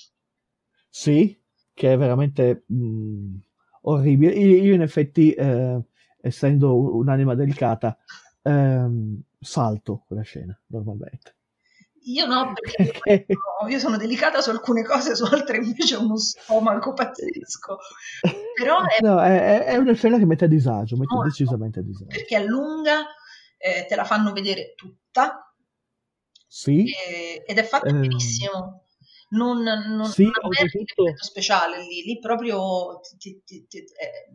Sì, che è veramente mh, orribile. Io, io in effetti, eh, essendo u- un'anima delicata, ehm, salto quella scena normalmente. Io no, perché no, io sono delicata su alcune cose, su altre invece ho uno stomaco pazzesco. Però è No, è, è- è una scena che mette a disagio, mette molto, decisamente a disagio. perché è lunga, eh, te la fanno vedere tutta, Sì, eh, ed è fatta ehm, benissimo. Non, non, non sì, avverti oltretutto, l'effetto speciale lì, lì proprio ti- ti- ti-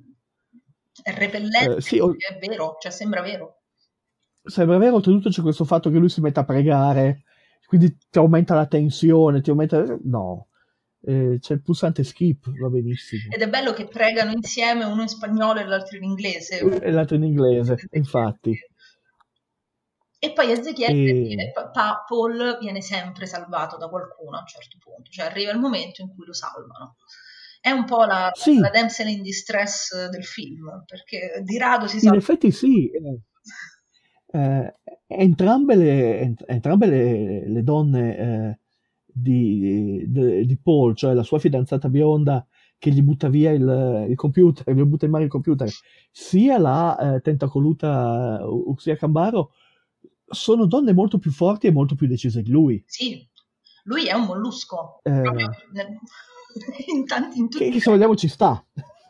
è, è repellente, eh, sì, ol- è vero, cioè sembra vero. sembra vero, oltretutto c'è questo fatto che lui si mette a pregare, quindi ti aumenta la tensione, ti aumenta... No, eh, c'è il pulsante skip, va benissimo. Ed è bello che pregano insieme, uno in spagnolo e l'altro in inglese. E l'altro in inglese, infatti. E poi Ezechiel, E... pa- pa- Paul viene sempre salvato da qualcuno a un certo punto, cioè arriva il momento in cui lo salvano. È un po' la, Sì, la damsel in distress del film, perché di rado si in salva. effetti sì. eh, eh, entrambe le, ent- entrambe le, le donne eh, di, de- di Paul, cioè la sua fidanzata bionda che gli butta via il, il computer, gli butta in mano il computer, sia la eh, tentacoluta eh, Uxia Cambaro, sono donne molto più forti e molto più decise di lui. Sì, lui è un mollusco, Eh, proprio nel- in tanti, in tutti che, i che se vogliamo ci sta.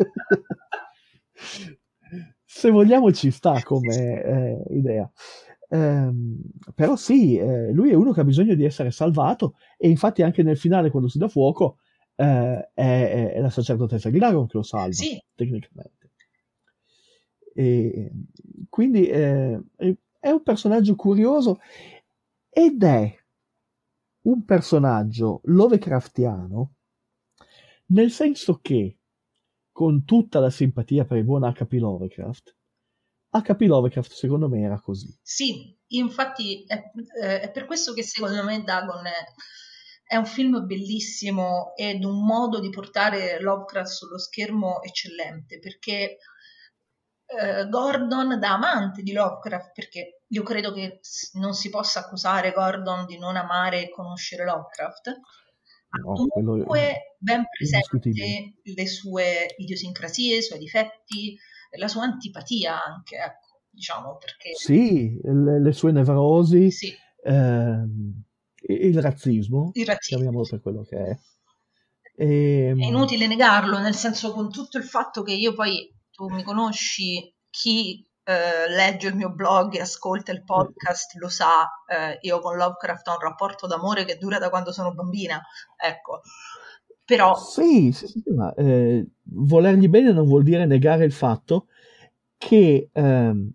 Se vogliamo ci sta come eh, idea. Ehm, però sì, eh, lui è uno che ha bisogno di essere salvato e infatti anche nel finale quando si dà fuoco eh, è, è la sacerdotessa Glagon che lo salva, Sì. tecnicamente. E, quindi eh, è un personaggio curioso ed è un personaggio Lovecraftiano, nel senso che, con tutta la simpatia per il buon H P Lovecraft, H P Lovecraft secondo me era così. Sì, infatti è, eh, è per questo che secondo me Dagon è, è un film bellissimo ed un modo di portare Lovecraft sullo schermo eccellente, perché eh, Gordon, da amante di Lovecraft, perché io credo che s- non si possa accusare Gordon di non amare e conoscere Lovecraft, ha No, quello è comunque ben indiscutibile. presente le sue idiosincrasie, i suoi difetti, la sua antipatia anche, ecco, diciamo, perché Sì, le, le sue nevrosi, sì, ehm, il razzismo, il razzismo. chiamiamolo per quello che è. È E, inutile negarlo, nel senso, con tutto il fatto che io poi, tu mi conosci, chi eh, legge il mio blog e ascolta il podcast lo sa, eh, io con Lovecraft ho un rapporto d'amore che dura da quando sono bambina, ecco, però sì, sì, sì, sì, ma eh, volergli bene non vuol dire negare il fatto che ehm,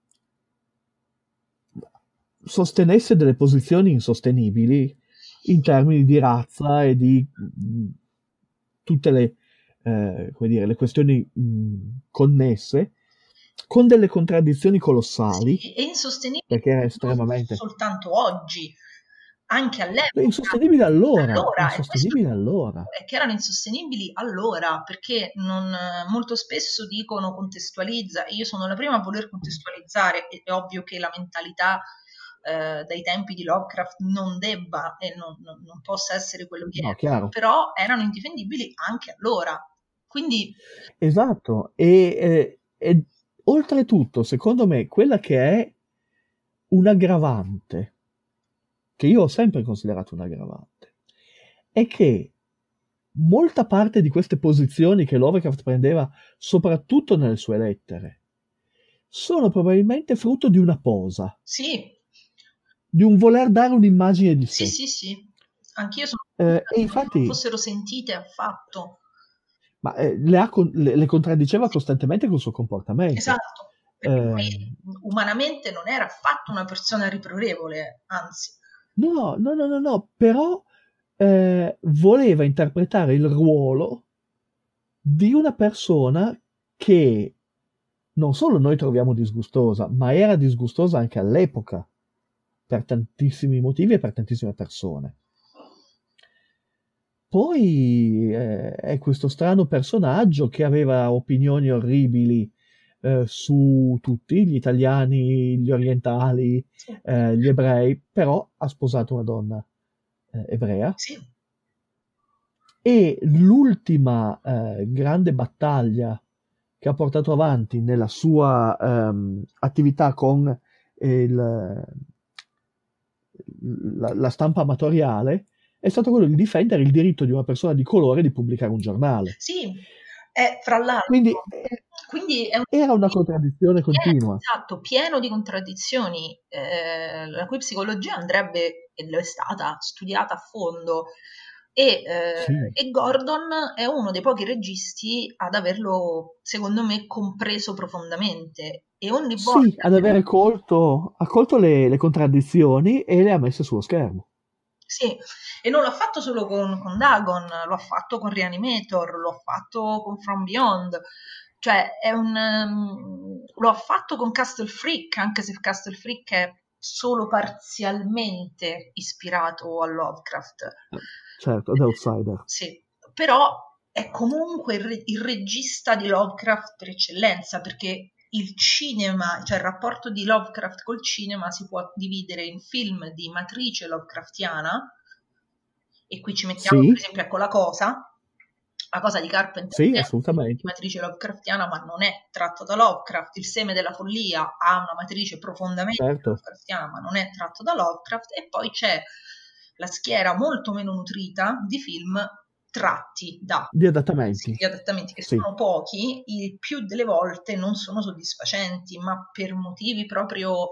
sostenesse delle posizioni insostenibili in termini di razza e di mh, tutte le, eh, come dire, le questioni mh, connesse, con delle contraddizioni colossali, sì, e insostenibili perché era non estremamente soltanto oggi, anche all'epoca. insostenibile allora, allora e questo insostenibile allora. è che erano insostenibili allora, perché non, molto spesso dicono contestualizza, e io sono la prima a voler contestualizzare. È ovvio che la mentalità eh, dai tempi di Lovecraft non debba e non, non, non possa essere quello che No, è, chiaro. però erano indifendibili anche allora. Quindi Esatto, e, e, e oltretutto, secondo me, quella che è un aggravante, che io ho sempre considerato un aggravante, è che molta parte di queste posizioni che Lovecraft prendeva, soprattutto nelle sue lettere, sono probabilmente frutto di una posa, sì, di un voler dare un'immagine di sé. sì, sì, sì. Anch'io sono Eh, e che infatti, non fossero sentite affatto. ma eh, le, ha con- le, le contraddiceva costantemente col suo comportamento. Esatto, perché Eh, poi umanamente non era affatto una persona riprovevole, anzi. no, no, no, no, no, però eh, voleva interpretare il ruolo di una persona che non solo noi troviamo disgustosa, ma era disgustosa anche all'epoca, per tantissimi motivi e per tantissime persone. Poi eh, è questo strano personaggio che aveva opinioni orribili eh, su tutti, gli italiani, gli orientali, eh, gli ebrei, però ha sposato una donna eh, ebrea. Sì. E l'ultima eh, grande battaglia che ha portato avanti nella sua ehm, attività con il, la, la stampa amatoriale è stato quello di difendere il diritto di una persona di colore di pubblicare un giornale. Sì, è fra l'altro. Quindi, Quindi è un... era una contraddizione continua. Esatto, pieno di contraddizioni, eh, la cui psicologia andrebbe, e lo è stata, studiata a fondo. E, eh, Sì. e Gordon è uno dei pochi registi ad averlo, secondo me, compreso profondamente. E ogni volta Sì, ad avere colto, ha colto le, le contraddizioni e le ha messe sullo schermo. Sì, e non l'ha fatto solo con, con Dagon, lo ha fatto con Reanimator, lo ha fatto con From Beyond, cioè è un, um, lo ha fatto con Castle Freak, anche se Castle Freak è solo parzialmente ispirato a Lovecraft. Certo, ad Outsider. Sì, però è comunque il, re- il regista di Lovecraft per eccellenza, perché il cinema, cioè il rapporto di Lovecraft col cinema si può dividere in film di matrice Lovecraftiana, e qui ci mettiamo Sì. per esempio ecco La Cosa, La Cosa di Carpenter, Sì, è assolutamente. di matrice Lovecraftiana, ma non è tratto da Lovecraft. Il Seme della follia ha una matrice profondamente Certo. Lovecraftiana, ma non è tratto da Lovecraft. E poi c'è la schiera molto meno nutrita di film tratti da Di adattamenti. sì, di adattamenti che Sì. sono pochi, il più delle volte non sono soddisfacenti, ma per motivi proprio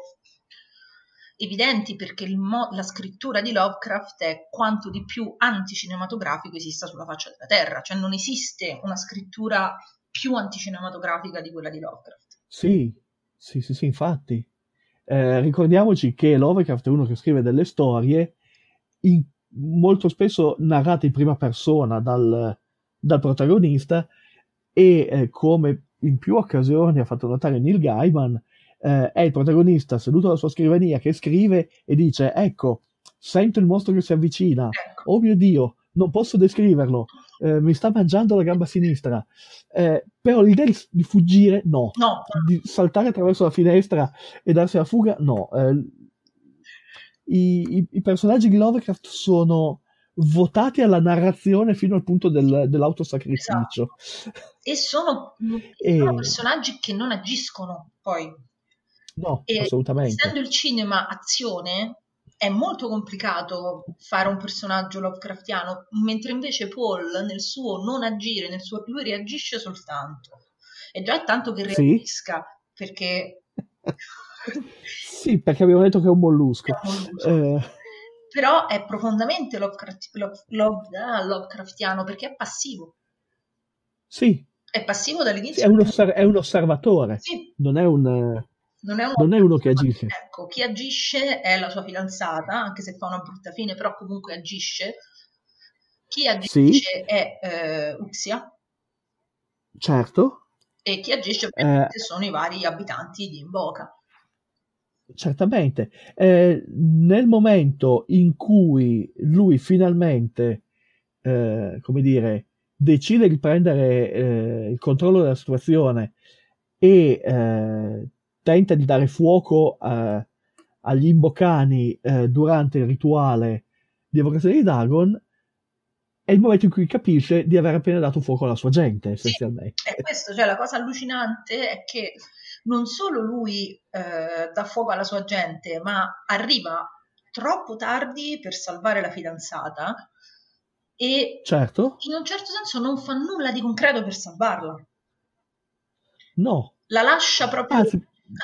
evidenti, perché il mo- la scrittura di Lovecraft è quanto di più anticinematografico esista sulla faccia della terra, cioè non esiste una scrittura più anticinematografica di quella di Lovecraft. Sì, sì, sì, sì, infatti. Eh, ricordiamoci che Lovecraft è uno che scrive delle storie in- molto spesso narrate in prima persona dal, dal protagonista e eh, come in più occasioni ha fatto notare Neil Gaiman, eh, è il protagonista seduto alla sua scrivania che scrive e dice: ecco, sento il mostro che si avvicina, Ecco. oh mio Dio, non posso descriverlo, eh, mi sta mangiando la gamba sinistra. Eh, però l'idea di, di fuggire, no. No. Di saltare attraverso la finestra e darsi la fuga, no. Eh, i, i, i personaggi di Lovecraft sono votati alla narrazione fino al punto del, dell'autosacrificio. Esatto. E sono, E- sono personaggi che non agiscono poi. No, E assolutamente. essendo il cinema azione, è molto complicato fare un personaggio Lovecraftiano, mentre invece Paul nel suo non agire, nel suo, lui reagisce soltanto. E già è tanto che Sì. reagisca, perché Sì, perché abbiamo detto che è un mollusco. È un mollusco. Eh, però è profondamente Lovecraft, Love- Love- ah, Lovecraftiano, perché è passivo. sì, È passivo sì, dall'inizio. è un, osser- è un osservatore, Sì. non è un, eh, Non è, uno, non è uno che agisce. Ecco, chi agisce è la sua fidanzata, anche se fa una brutta fine, però comunque agisce. Chi agisce Sì. è eh, Uxia, Certo, e chi agisce ovviamente eh, sono i vari abitanti di Invoca. Certamente. Eh, nel momento in cui lui finalmente, eh, come dire, decide di prendere eh, il controllo della situazione e eh, tenta di dare fuoco eh, agli Imbocani eh, durante il rituale di evocazione di Dagon, è il momento in cui capisce di aver appena dato fuoco alla sua gente, essenzialmente. Sì, e questo, cioè la cosa allucinante è che non solo lui eh, dà fuoco alla sua gente, ma arriva troppo tardi per salvare la fidanzata e certo. in un certo senso non fa nulla di concreto per salvarla. No. La lascia proprio... Anzi,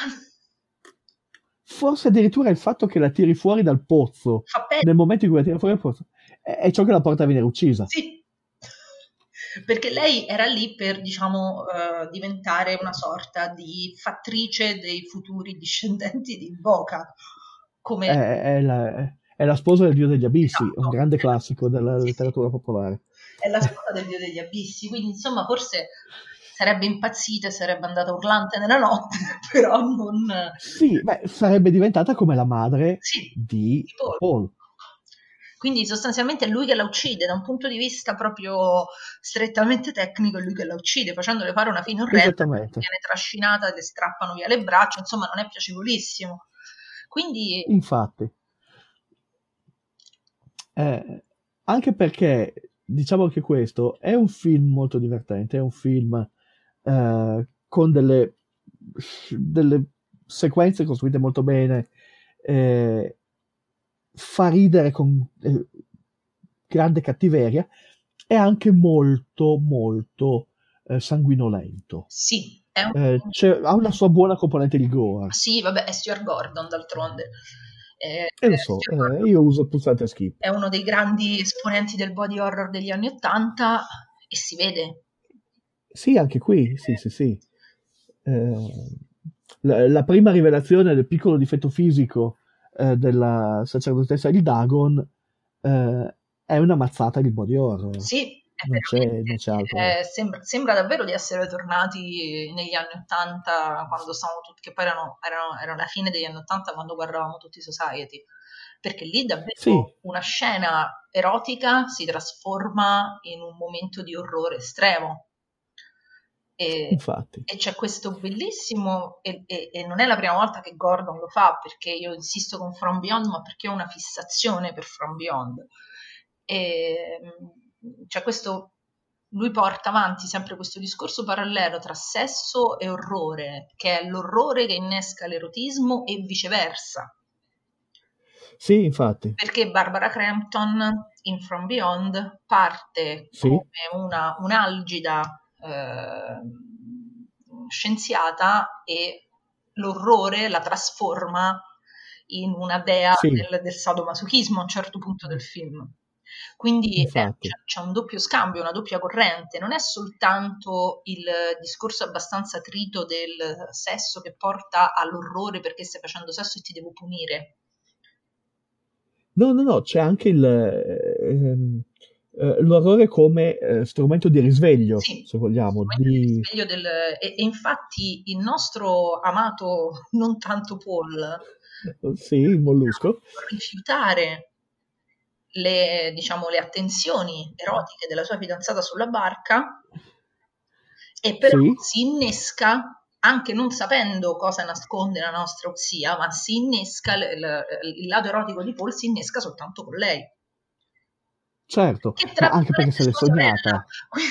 forse addirittura il fatto che la tiri fuori dal pozzo, nel momento in cui la tiri fuori dal pozzo, è, è ciò che la porta a venire uccisa. Sì. Perché lei era lì per, diciamo, uh, diventare una sorta di fattrice dei futuri discendenti di Invoca. Come... È, è, la, è la sposa del dio degli abissi, esatto. Un grande classico della sì, letteratura sì. popolare. È la sposa del dio degli abissi, quindi insomma forse sarebbe impazzita e sarebbe andata urlante nella notte, però non... Sì, beh, sarebbe diventata come la madre sì, di Paul. Paul. Quindi sostanzialmente è lui che la uccide, da un punto di vista proprio strettamente tecnico è lui che la uccide, facendole fare una fine orrenda, viene trascinata, le strappano via le braccia, insomma non è piacevolissimo. Quindi... Infatti. Eh, anche perché, diciamo che questo è un film molto divertente, è un film eh, con delle, delle sequenze costruite molto bene, eh, fa ridere con eh, grande cattiveria, è anche molto molto eh, sanguinolento. Sì, è un... eh, c'è, ha una sua buona componente di gore. Sì, vabbè, è Stuart Gordon d'altronde. Eh, eh, lo so, eh, io uso il pulsante skip. È uno dei grandi esponenti del body horror degli anni Ottanta e si vede. Sì, anche qui, sì, sì, sì. Eh, la, la prima rivelazione del piccolo difetto fisico della sacerdotessa di Dagon eh, è una mazzata di body horror. Sì, non c'è, non c'è altro. Eh, sembra, sembra davvero di essere tornati negli anni Ottanta, quando stavamo tutti, che poi erano, erano, erano la fine degli anni Ottanta, quando guardavamo tutti Society, perché lì davvero sì. una scena erotica si trasforma in un momento di orrore estremo. E, Infatti. e c'è questo bellissimo e, e, e non è la prima volta che Gordon lo fa, perché io insisto con From Beyond, ma perché ho una fissazione per From Beyond e c'è questo, lui porta avanti sempre questo discorso parallelo tra sesso e orrore, che è l'orrore che innesca l'erotismo e viceversa. Sì, infatti. Perché Barbara Crampton in From Beyond parte sì. come una, un'algida Eh, scienziata e l'orrore la trasforma in una dea sì. del, del sadomasochismo a un certo punto del film. Quindi eh, c'è, c'è un doppio scambio, una doppia corrente, non è soltanto il discorso abbastanza trito del sesso che porta all'orrore perché stai facendo sesso e ti devo punire. No, no, no, c'è anche il... Ehm... Uh, l'orrore come uh, strumento di risveglio, sì, se vogliamo. Di... di risveglio del... e, e infatti il nostro amato non tanto Paul sì, il mollusco rifiutare le, diciamo, le attenzioni erotiche della sua fidanzata sulla barca e però sì. si innesca, anche non sapendo cosa nasconde la nostra Uxia, ma si innesca l- l- il lato erotico di Paul si innesca soltanto con lei. Certo, ma anche perché se l'è sognata.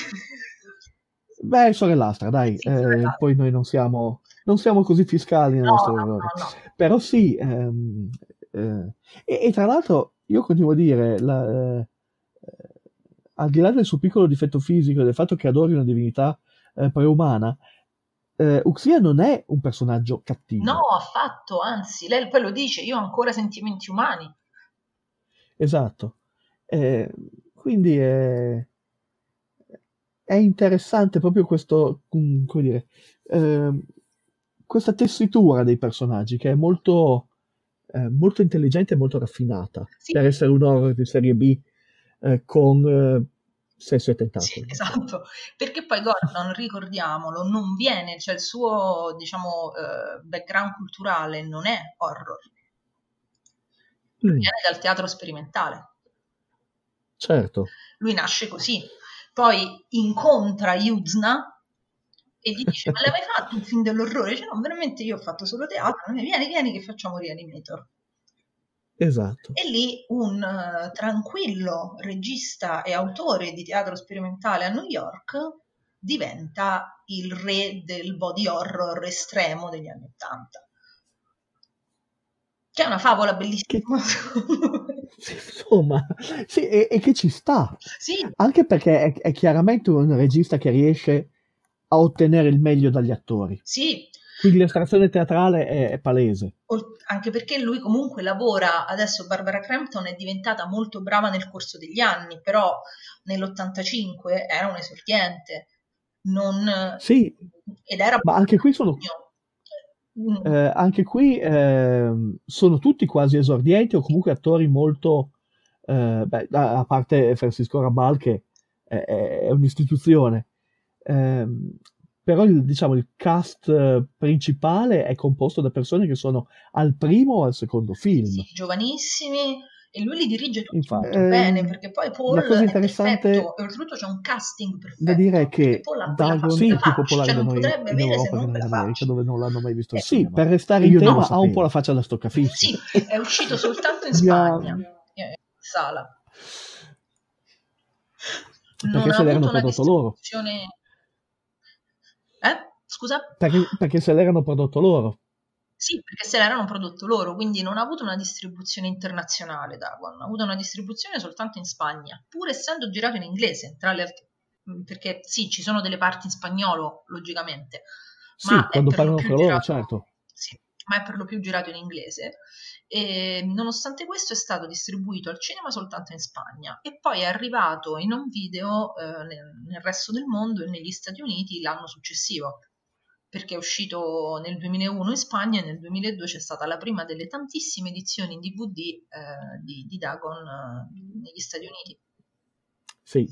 Beh, sorellastra, dai, sì, eh, poi noi non siamo, non siamo così fiscali nel no, nostro no, errore. No, no. Però sì, ehm, eh, e, e tra l'altro io continuo a dire, la, eh, al di là del suo piccolo difetto fisico e del fatto che adori una divinità eh, preumana, eh, Uxia non è un personaggio cattivo. No, affatto, anzi, lei poi lo dice, io ho ancora sentimenti umani. Esatto. Eh, quindi è, è interessante proprio questo, come dire, eh, questa tessitura dei personaggi che è molto, eh, molto intelligente e molto raffinata, sì. Per essere un horror di serie B eh, con eh, sesso e tentacoli. Sì, esatto, perché poi Gordon, ricordiamolo, non viene, cioè il suo, diciamo, eh, background culturale non è horror, Mm, viene dal teatro sperimentale. certo. Lui nasce così, poi incontra Yuzna e gli dice: ma l'hai mai fatto un film dell'orrore? Dice: no, veramente io ho fatto solo teatro. Vieni, vieni che facciamo Reanimator. Esatto. E lì un uh, tranquillo regista e autore di teatro sperimentale a New York diventa il re del body horror estremo degli anni Ottanta. Che è una favola bellissima. Sì, insomma, sì, e, e che ci sta. Sì. Anche perché è, è chiaramente un regista che riesce a ottenere il meglio dagli attori. Sì. Quindi l'estrazione teatrale è, è palese. Anche perché lui comunque lavora, adesso Barbara Crampton è diventata molto brava nel corso degli anni, però nell'ottantacinque era un esordiente. Non... Sì, ed era ma anche qui sono... Eh, anche qui eh, sono tutti quasi esordienti o comunque attori molto eh, beh, a parte Francisco Rabal che è, è un'istituzione eh, però il, diciamo, il cast principale è composto da persone che sono al primo o al secondo film, sì, giovanissimi, e lui li dirige tutti infatti molto eh, bene, perché poi Paul la cosa è interessante perfetto e oltretutto c'è un casting perfetto, da dire è che Paul ha quella Dagon faccia, è la più faccia, popolare cioè da non noi potrebbe in avere se Europa che non non in quella America faccia. dove non l'hanno mai visto al Eh, sì, cinema. per restare in Io tema non ha un po' la sapevo. faccia da stoccafisso. Sì, è uscito soltanto in Mi ha- Spagna, in sala. perché Non ha se l'erano avuto una prodotto loro distribuzione... Eh? Scusa? perché, perché se l'erano prodotto loro Sì, perché se l'erano prodotto loro, quindi non ha avuto una distribuzione internazionale Dagon, ha avuto una distribuzione soltanto in Spagna, pur essendo girato in inglese, tra le altre, perché sì, ci sono delle parti in spagnolo, logicamente, sì, ma è quando per lo parlano più fra loro, girato, certo. sì, ma è per lo più girato in inglese. E nonostante questo è stato distribuito al cinema soltanto in Spagna e poi è arrivato in un video eh, nel, nel resto del mondo e negli Stati Uniti l'anno successivo, perché è uscito nel duemilauno in Spagna e nel duemiladue c'è stata la prima delle tantissime edizioni in D V D eh, di, di Dagon eh, negli Stati Uniti. Sì.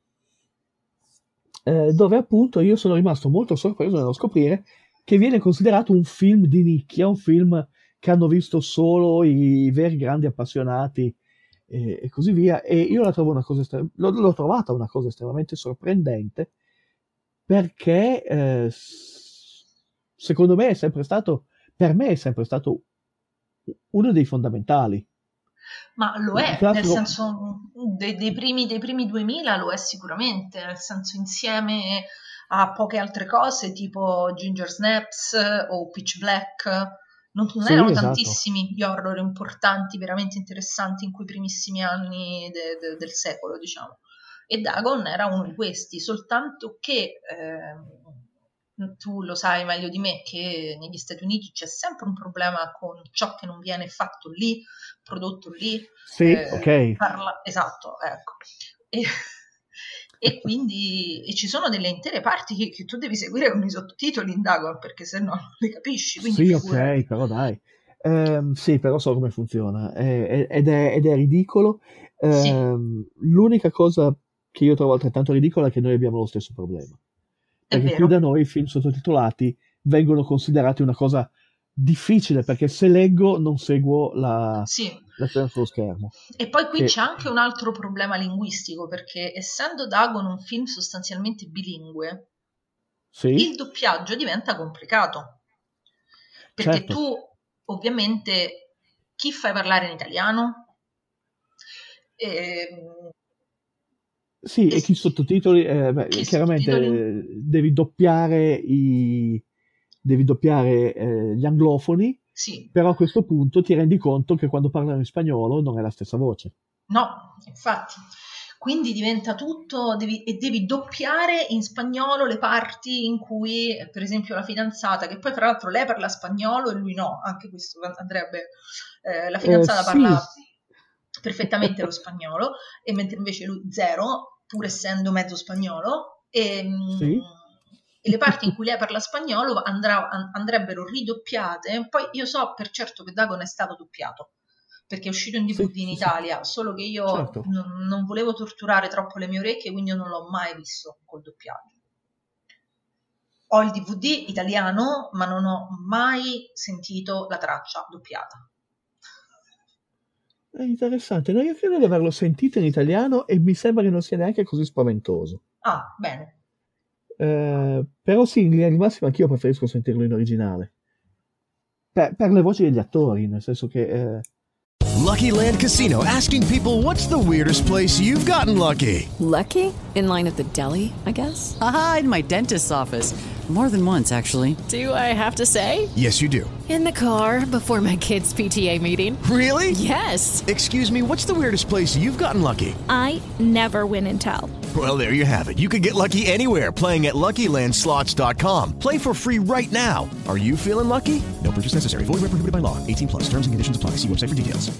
Eh, dove appunto io sono rimasto molto sorpreso nello scoprire che viene considerato un film di nicchia, un film che hanno visto solo i veri grandi appassionati e, e così via, e io la trovo una cosa estre- l'ho, l'ho trovata una cosa estremamente sorprendente perché eh, s- secondo me è sempre stato, per me è sempre stato uno dei fondamentali. Ma lo Il è, nel classico- senso dei, dei primi, dei primi duemila lo è sicuramente, nel senso insieme a poche altre cose tipo Ginger Snaps o Pitch Black, non, non Sì, erano esatto. tantissimi gli horror importanti, veramente interessanti in quei primissimi anni de- de- del secolo, diciamo. E Dagon era uno di questi, soltanto che ehm, tu lo sai meglio di me che negli Stati Uniti c'è sempre un problema con ciò che non viene fatto lì, prodotto lì. Sì, eh, ok. parla- esatto, ecco. E, e quindi e ci sono delle intere parti che, che tu devi seguire con i sottotitoli in Dagon perché se no non le capisci. Quindi Sì, figurati. ok, però dai. Ehm, sì, però so come funziona eh, eh, ed, è, ed è ridicolo. Sì. Ehm, l'unica cosa che io trovo altrettanto ridicola è che noi abbiamo lo stesso problema. È Perché vero. qui da noi i film sottotitolati vengono considerati una cosa difficile, perché se leggo non seguo la, Sì. la scena sullo schermo. E poi qui Che- c'è anche un altro problema linguistico, perché essendo Dagon un film sostanzialmente bilingue, Sì, il doppiaggio diventa complicato. Perché certo. tu, ovviamente, chi fai parlare in italiano? Ehm, Sì, e chi sottotitoli, eh, beh, Chi chiaramente sottotitoli? eh, devi doppiare i devi doppiare eh, gli anglofoni, Sì, però a questo punto ti rendi conto che quando parlano in spagnolo non è la stessa voce. no, infatti. Quindi diventa tutto, devi, e devi doppiare in spagnolo le parti in cui, per esempio, la fidanzata, che poi tra l'altro lei parla spagnolo e lui no, anche questo andrebbe, eh, la fidanzata Eh, sì. parla perfettamente lo spagnolo, e mentre invece lui zero, pur essendo mezzo spagnolo, e, Sì. e le parti in cui lei parla spagnolo andrà- an- andrebbero ridoppiate. Poi io so per certo che Dagon è stato doppiato, perché è uscito in D V D sì, in Italia, sì. Solo che io certo. non, non volevo torturare troppo le mie orecchie, quindi io non l'ho mai visto col doppiaggio. Ho il D V D italiano, ma non ho mai sentito la traccia doppiata. È interessante, no, io credo di averlo sentito in italiano e mi sembra che non sia neanche così spaventoso. Ah, bene. Eh, però sì, in linea di massima anch'io preferisco sentirlo in originale. Per, per le voci degli attori, nel senso che... Eh... Lucky Land Casino, asking people what's the weirdest place you've gotten lucky? Lucky? In line at the deli, I guess? Aha, in my dentist's office. More than once, actually. Do I have to say? Yes, you do. In the car before my kids' P T A meeting. Really? Yes. Excuse me, what's the weirdest place you've gotten lucky? I never win and tell. Well, there you have it. You can get lucky anywhere, playing at Lucky Land Slots dot com. Play for free right now. Are you feeling lucky? No purchase necessary. Void where prohibited by law. eighteen plus. Terms and conditions apply. See website for details.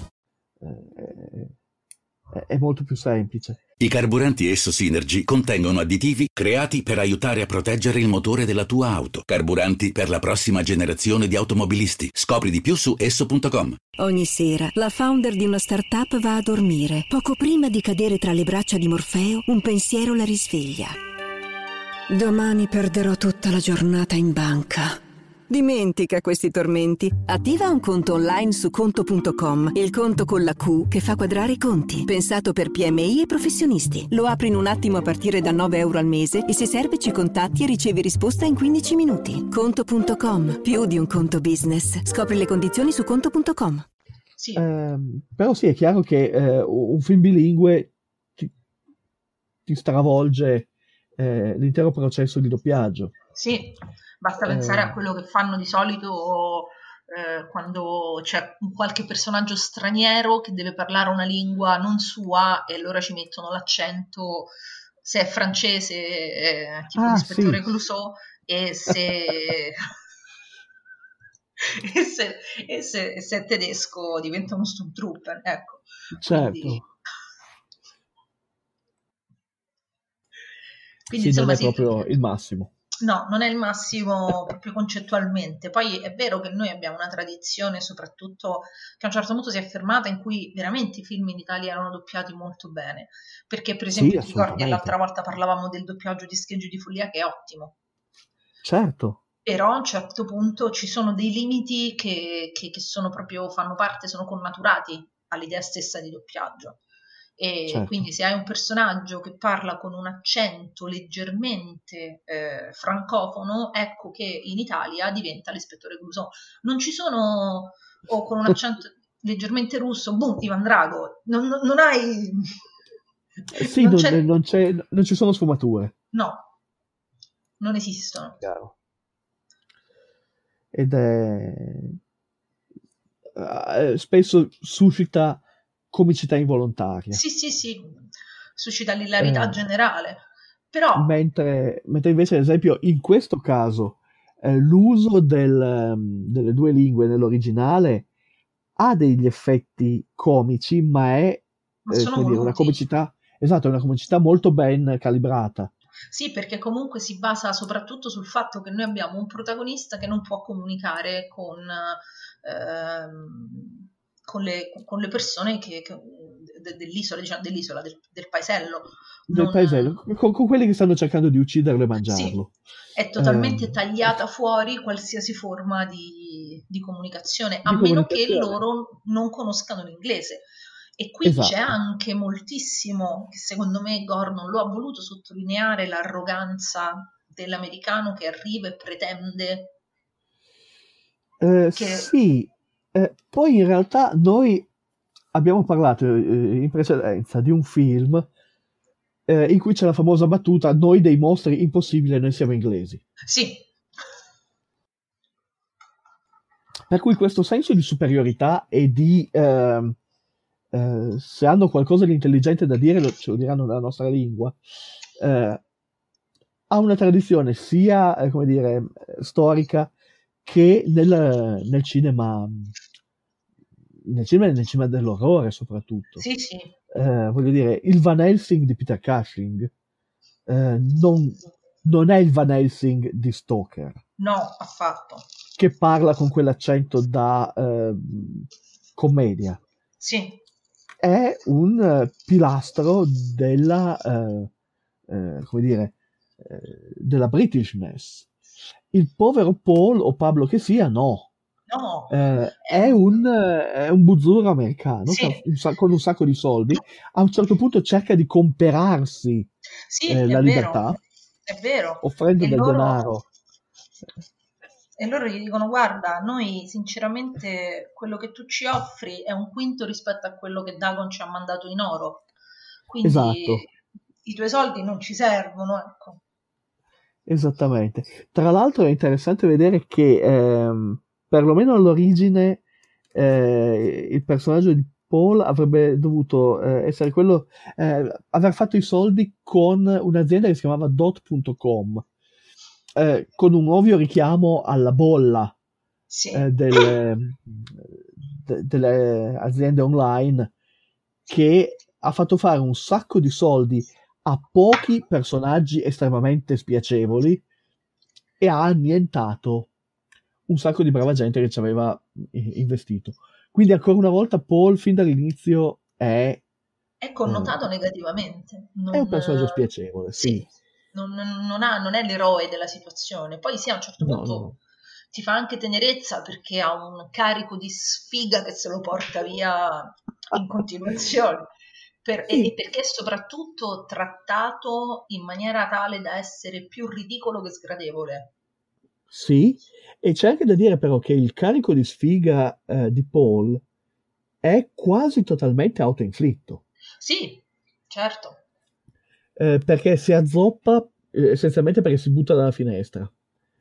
È molto più semplice. I carburanti Esso Synergy contengono additivi creati per aiutare a proteggere il motore della tua auto. Carburanti per la prossima generazione di automobilisti. Scopri di più su esso punto com. Ogni sera la founder di una startup va a dormire. Poco prima di cadere tra le braccia di Morfeo, un pensiero la risveglia. Domani perderò tutta la giornata in banca. Dimentica questi tormenti. Attiva un conto online su conto punto com, il conto con la Q che fa quadrare i conti. Pensato per P M I e professionisti. Lo apri in un attimo a partire da nove euro al mese e se serve ci contatti e ricevi risposta in quindici minuti. conto punto com, più di un conto business. Scopri le condizioni su conto punto com. Sì. Eh, però sì, è chiaro che eh, un film bilingue ti, ti stravolge eh, l'intero processo di doppiaggio. Sì. Basta pensare eh. a quello che fanno di solito eh, quando c'è qualche personaggio straniero che deve parlare una lingua non sua e allora ci mettono l'accento, se è francese eh, tipo ah, l'ispettore sì. Clouseau e se, e, se, e, se, e se è tedesco diventa uno Stormtrooper, ecco. Certo. Quindi, quindi sì, insomma, non è sì, proprio il massimo. No, non è il massimo proprio concettualmente. Poi è vero che noi abbiamo una tradizione, soprattutto che a un certo punto si è fermata, in cui veramente i film in Italia erano doppiati molto bene. Perché, per esempio, sì, ti ricordi l'altra volta parlavamo del doppiaggio di Scheggi di Follia, che è ottimo. Certo. Però a un certo punto ci sono dei limiti che, che, che sono proprio, fanno parte, sono connaturati all'idea stessa di doppiaggio. E certo. Quindi se hai un personaggio che parla con un accento leggermente eh, francofono, ecco che in Italia diventa l'ispettore Clouseau. Non ci sono, o con un accento leggermente russo, boom, Ivan Drago, non, non, non hai... Sì, non, non, c'è... Non, c'è, non ci sono sfumature. No, non esistono. Chiaro. Ed è... Uh, spesso suscita comicità involontaria. Sì, sì, sì, suscita l'ilarità eh, generale. Però... Mentre, mentre invece, ad esempio, in questo caso, eh, l'uso del, delle due lingue nell'originale ha degli effetti comici, ma è ma eh, come dire, una comicità, esatto, è una comicità molto ben calibrata. Sì, perché comunque si basa soprattutto sul fatto che noi abbiamo un protagonista che non può comunicare con... Ehm, Con le, con le persone che, che, dell'isola, diciamo, dell'isola del, del paesello. Del non, paesello, con, con quelli che stanno cercando di ucciderlo e mangiarlo. Sì, è totalmente eh, tagliata fuori qualsiasi forma di, di comunicazione, di a meno comunicazione. che loro non conoscano l'inglese. E qui esatto. C'è anche moltissimo, che secondo me Gordon lo ha voluto sottolineare, l'arroganza dell'americano che arriva e pretende... Eh, che... Sì. Eh, poi in realtà noi abbiamo parlato eh, in precedenza di un film eh, in cui c'è la famosa battuta: noi dei mostri, impossibile, noi siamo inglesi. Sì. Per cui questo senso di superiorità e di eh, eh, se hanno qualcosa di intelligente da dire lo, ce lo diranno nella nostra lingua, eh, ha una tradizione sia eh, come dire storica che nel, nel cinema nel cinema e nel cinema dell'orrore soprattutto. Sì, sì. Eh, voglio dire, il Van Helsing di Peter Cushing eh, non, non è il Van Helsing di Stoker. No, affatto. Che parla con quell'accento da eh, commedia. Sì. È un eh, pilastro della, eh, eh, come dire, eh, della Britishness. Il povero Paul o Pablo che sia, no. No. Eh, è, un, eh, è un buzzurro americano Sì. che ha un sa- con un sacco di soldi. A un certo punto cerca di comperarsi Sì, eh, è la vero, libertà è vero. offrendo E del loro, denaro. e loro gli dicono: guarda, noi sinceramente quello che tu ci offri è un quinto rispetto a quello che Dagon ci ha mandato in oro, quindi Esatto. i tuoi soldi non ci servono, ecco. Esattamente. Tra l'altro è interessante vedere che ehm, perlomeno all'origine eh, il personaggio di Paul avrebbe dovuto eh, essere quello, eh, aver fatto i soldi con un'azienda che si chiamava dot punto com, eh, con un ovvio richiamo alla bolla Sì. eh, delle, de- delle aziende online, che ha fatto fare un sacco di soldi a pochi personaggi estremamente spiacevoli e ha annientato un sacco di brava gente che ci aveva i- investito. Quindi ancora una volta Paul fin dall'inizio è, È connotato negativamente, non, è un personaggio spiacevole, sì. non, non ha- non è l'eroe della situazione. Poi sì, a un certo No, punto no, no. ti fa anche tenerezza perché ha un carico di sfiga che se lo porta via in continuazione. Per- e, Sì. e perché è soprattutto trattato in maniera tale da essere più ridicolo che sgradevole. Sì, e c'è anche da dire però che il carico di sfiga eh, di Paul è quasi totalmente autoinflitto. Sì, certo. Eh, perché si azzoppa eh, essenzialmente perché si butta dalla finestra.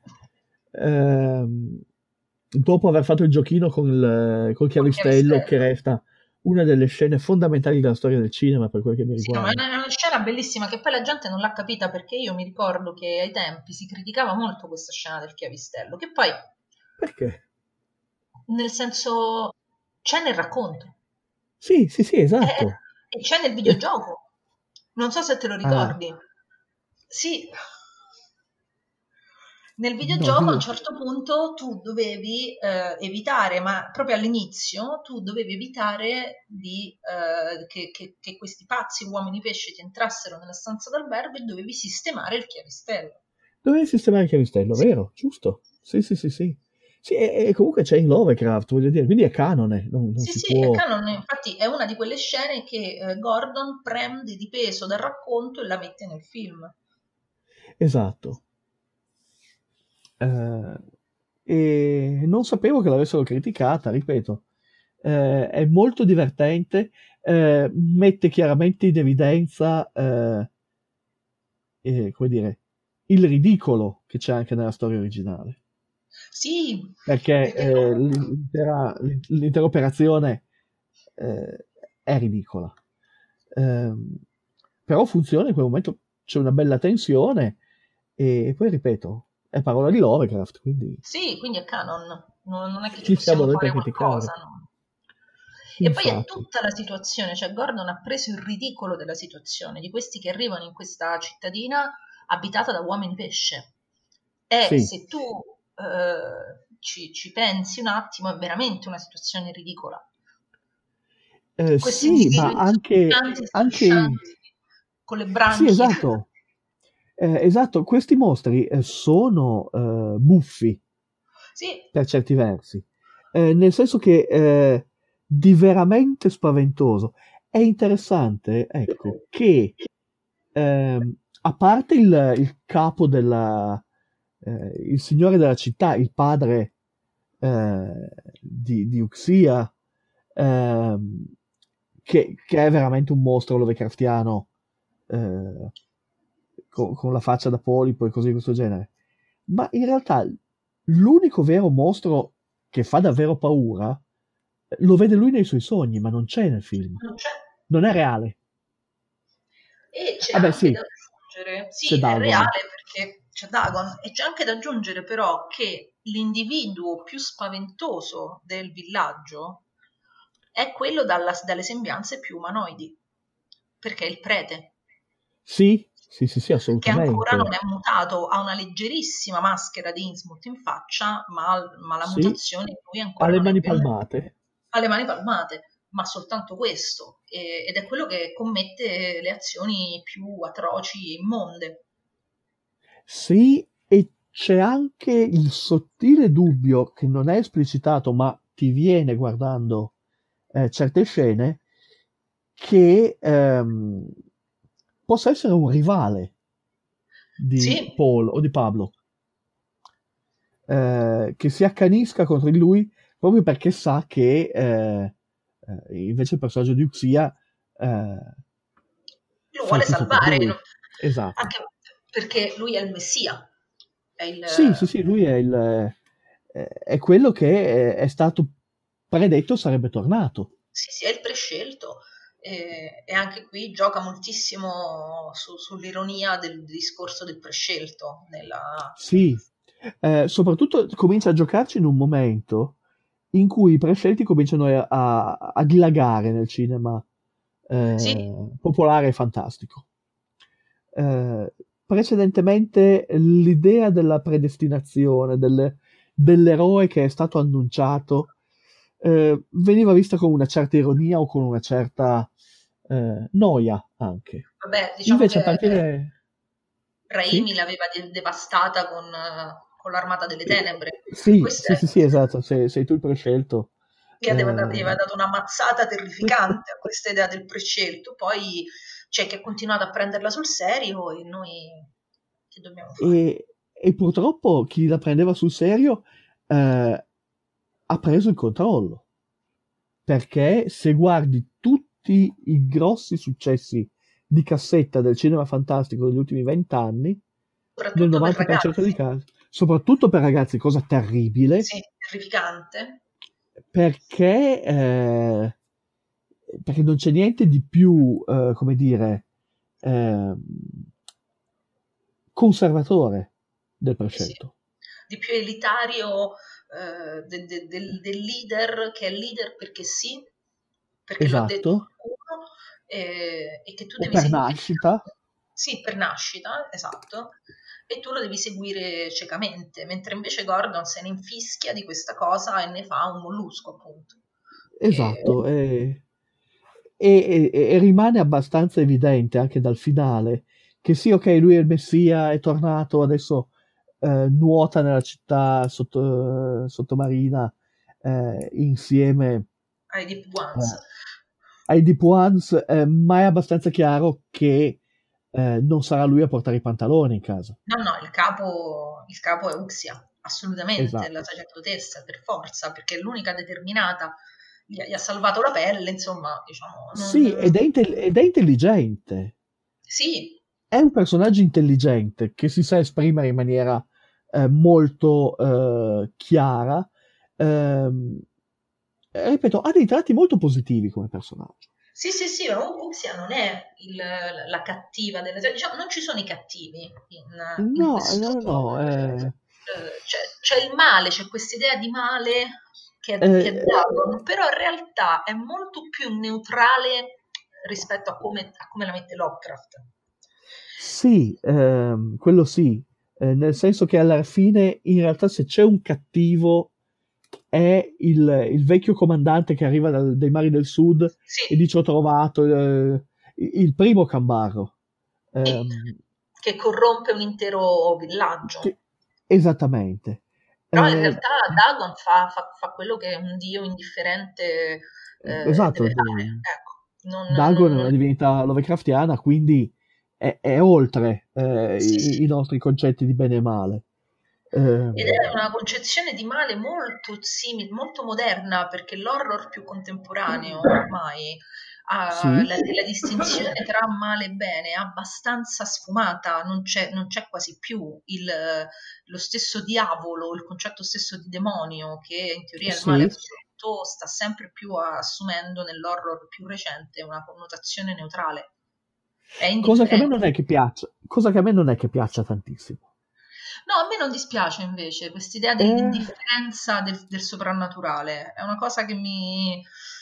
Ehm, dopo aver fatto il giochino con il col chiavistello, chiavistello. che resta una delle scene fondamentali della storia del cinema per quel che mi Sì, no, ma è riguarda. una, è una scena bellissima che poi la gente non l'ha capita, perché io mi ricordo che ai tempi si criticava molto questa scena del chiavistello, che poi, Perché? nel senso, c'è nel racconto Sì, sì, sì, e, esatto. e c'è nel videogioco. Non so se te lo Ah, ricordi. Sì, nel no, videogioco a un dillo. certo punto tu dovevi eh, evitare, ma proprio all'inizio tu dovevi evitare di, eh, che, che- che questi pazzi uomini pesce ti entrassero nella stanza d'albergo e dovevi sistemare il chiavistello. Dovevi sistemare il chiavistello, Sì, vero? Giusto. Sì, sì, sì, sì. Sì, e, e comunque c'è in Lovecraft, voglio dire, quindi è canone, non, non sì, si sì, è può... canon, infatti è una di quelle scene che eh, Gordon prende di peso dal racconto e la mette nel film. Esatto. Eh, e non sapevo che l'avessero criticata, ripeto. Eh, è molto divertente, eh, mette chiaramente in evidenza, eh, eh, come dire, il ridicolo che c'è anche nella storia originale. Sì, Perché perché eh, comunque l'intera, l'intera operazione eh, è ridicola. Ehm, però funziona in quel momento, c'è una bella tensione e poi ripeto, è parola di Lovecraft, quindi sì, quindi è canon, non, non è che ci chi siamo possiamo noi fare per qualcosa, criticare? no? E poi è Infatti, tutta la situazione, cioè Gordon ha preso il ridicolo della situazione, di questi che arrivano in questa cittadina abitata da uomini pesce. E sì, se tu eh, ci, ci pensi un attimo, è veramente una situazione ridicola. eh, Questi sì, ma individui anche, insultanti, anche striscianti, con le sì, branchie. esatto, eh, esatto, questi mostri eh, sono eh, buffi Sì, per certi versi, eh, nel senso che eh, di veramente spaventoso. È interessante, ecco, che ehm, a parte il, il capo della, eh, il signore della città, il padre eh, di, di Uxia, ehm, che, che è veramente un mostro lovecraftiano, eh, con, con la faccia da polipo e cose di questo genere. Ma in realtà l'unico vero mostro che fa davvero paura eh, lo vede lui nei suoi sogni, ma non c'è nel film. non c'è. Non è reale. E c'è Vabbè, anche sì, da aggiungere, c'è sì, è Dagon. reale perché c'è Dagon, e c'è anche da aggiungere però che l'individuo più spaventoso del villaggio è quello dalla- dalle sembianze più umanoidi, perché è il prete, Sì, sì, sì, sì, che ancora non assolutamente. è mutato, ha una leggerissima maschera di Innsmouth in faccia, ma, ma la Sì, mutazione in lui ha ancora le non è mani avvenuta. palmate. Ha le mani palmate, ma soltanto questo, e, ed è quello che commette le azioni più atroci e immonde. Sì, e c'è anche il sottile dubbio che non è esplicitato, ma ti viene guardando eh, certe scene, che ehm, possa essere un rivale di Sì. Paul o di Pablo, eh, che si accanisca contro di lui proprio perché sa che eh, eh, invece il personaggio di Uxia eh, Lo fa vuole il tifo per salvare, lui. no? Esatto. Anche perché lui è il messia, è il... Sì, sì, sì, lui è, il, eh, è quello che è, è stato predetto sarebbe tornato. Sì, sì, è il prescelto, e, e anche qui gioca moltissimo su- sull'ironia del discorso del prescelto. Nella... Sì, eh, soprattutto comincia a giocarci in un momento in cui i prescelti cominciano a, a, a dilagare nel cinema eh, Sì. popolare e fantastico. Eh, precedentemente l'idea della predestinazione, del- dell'eroe che è stato annunciato, eh, veniva vista con una certa ironia o con una certa eh, noia anche. Vabbè, diciamo Invece a che partire... Raimi Sì? l'aveva de- devastata con, eh, con l'Armata delle Tenebre. Sì, Questo sì, è, sì, sì, esatto, sei, sei tu il prescelto. che aveva, dat- gli aveva Eh, dato una mazzata terrificante a questa idea del prescelto, poi c'è chi ha continuato a prenderla sul serio e noi che dobbiamo fare? e, e purtroppo chi la prendeva sul serio eh, ha preso il controllo, perché se guardi tutti i grossi successi di cassetta del cinema fantastico degli ultimi vent'anni, nel Soprattutto per novanta per cento dei ragazzi. casi, soprattutto per ragazzi, cosa terribile, Sì, terrificante. perché, eh, perché non c'è niente di più, eh, come dire, eh, conservatore del prescelto. Di più elitario eh, de- de- del, del leader, che è leader perché sì, perché lo ha detto Esatto, qualcuno, eh, e che tu o devi per seguire. nascita. Sì, per nascita, esatto, e tu lo devi seguire ciecamente, mentre invece Gordon se ne infischia di questa cosa e ne fa un mollusco, appunto. Esatto, e, e- e- e rimane abbastanza evidente anche dal finale che sì, ok, lui è il Messia, è tornato, adesso eh, nuota nella città sotto- eh, sottomarina eh, insieme Ai Deep Ones. eh, ai Deep Ones, eh, ma è abbastanza chiaro che eh, non sarà lui a portare i pantaloni in casa. No, no, il capo, il capo è Uxia, assolutamente, Esatto. la sacerdotessa, per forza, perché è l'unica determinata, gli, gli ha salvato la pelle, insomma, diciamo, non... Sì, ed è, inte- ed è intelligente. Sì, È un personaggio intelligente che si sa esprimere in maniera eh, molto eh, chiara. Ehm, ripeto, ha dei tratti molto positivi come personaggio. sì, sì, sì, ma Uxia non è il- la cattiva delle... Diciamo, non ci sono i cattivi in, in No, questo... no, no. eh, eh, c'è, c'è il male, c'è quest'idea di male che è, che è eh, Dagon, però in realtà è molto più neutrale rispetto a come, a come la mette Lovecraft. sì, ehm, quello sì, eh, nel senso che alla fine, in realtà, se c'è un cattivo, è il, il vecchio comandante che arriva dal- dai mari del sud Sì. e dice: Ho trovato eh, il il primo Cambarro. Sì, Ehm, che corrompe un intero villaggio. che- esattamente. Però in Eh, realtà Dagon fa, fa- fa fa quello che un dio indifferente eh, esatto, deve fare. eh, Ecco, non, Dagon è non- una divinità Lovecraftiana, quindi è, è oltre eh, Sì, i, sì. i nostri concetti di bene e male. Ehm, Ed è una concezione di male molto simile, molto moderna, perché l'horror più contemporaneo ormai ha Sì. la, la distinzione tra male e bene è abbastanza sfumata, non c'è, non c'è quasi più il, lo stesso diavolo, il concetto stesso di demonio, che in teoria è il male Sì. assoluto, sta sempre più assumendo nell'horror più recente una connotazione neutrale. È Cosa che a me indifferente. non è che piaccia, cosa che a me non è che piaccia tantissimo. No, a me non dispiace invece quest'idea Eh, dell'indifferenza del, del soprannaturale, è una cosa che mi,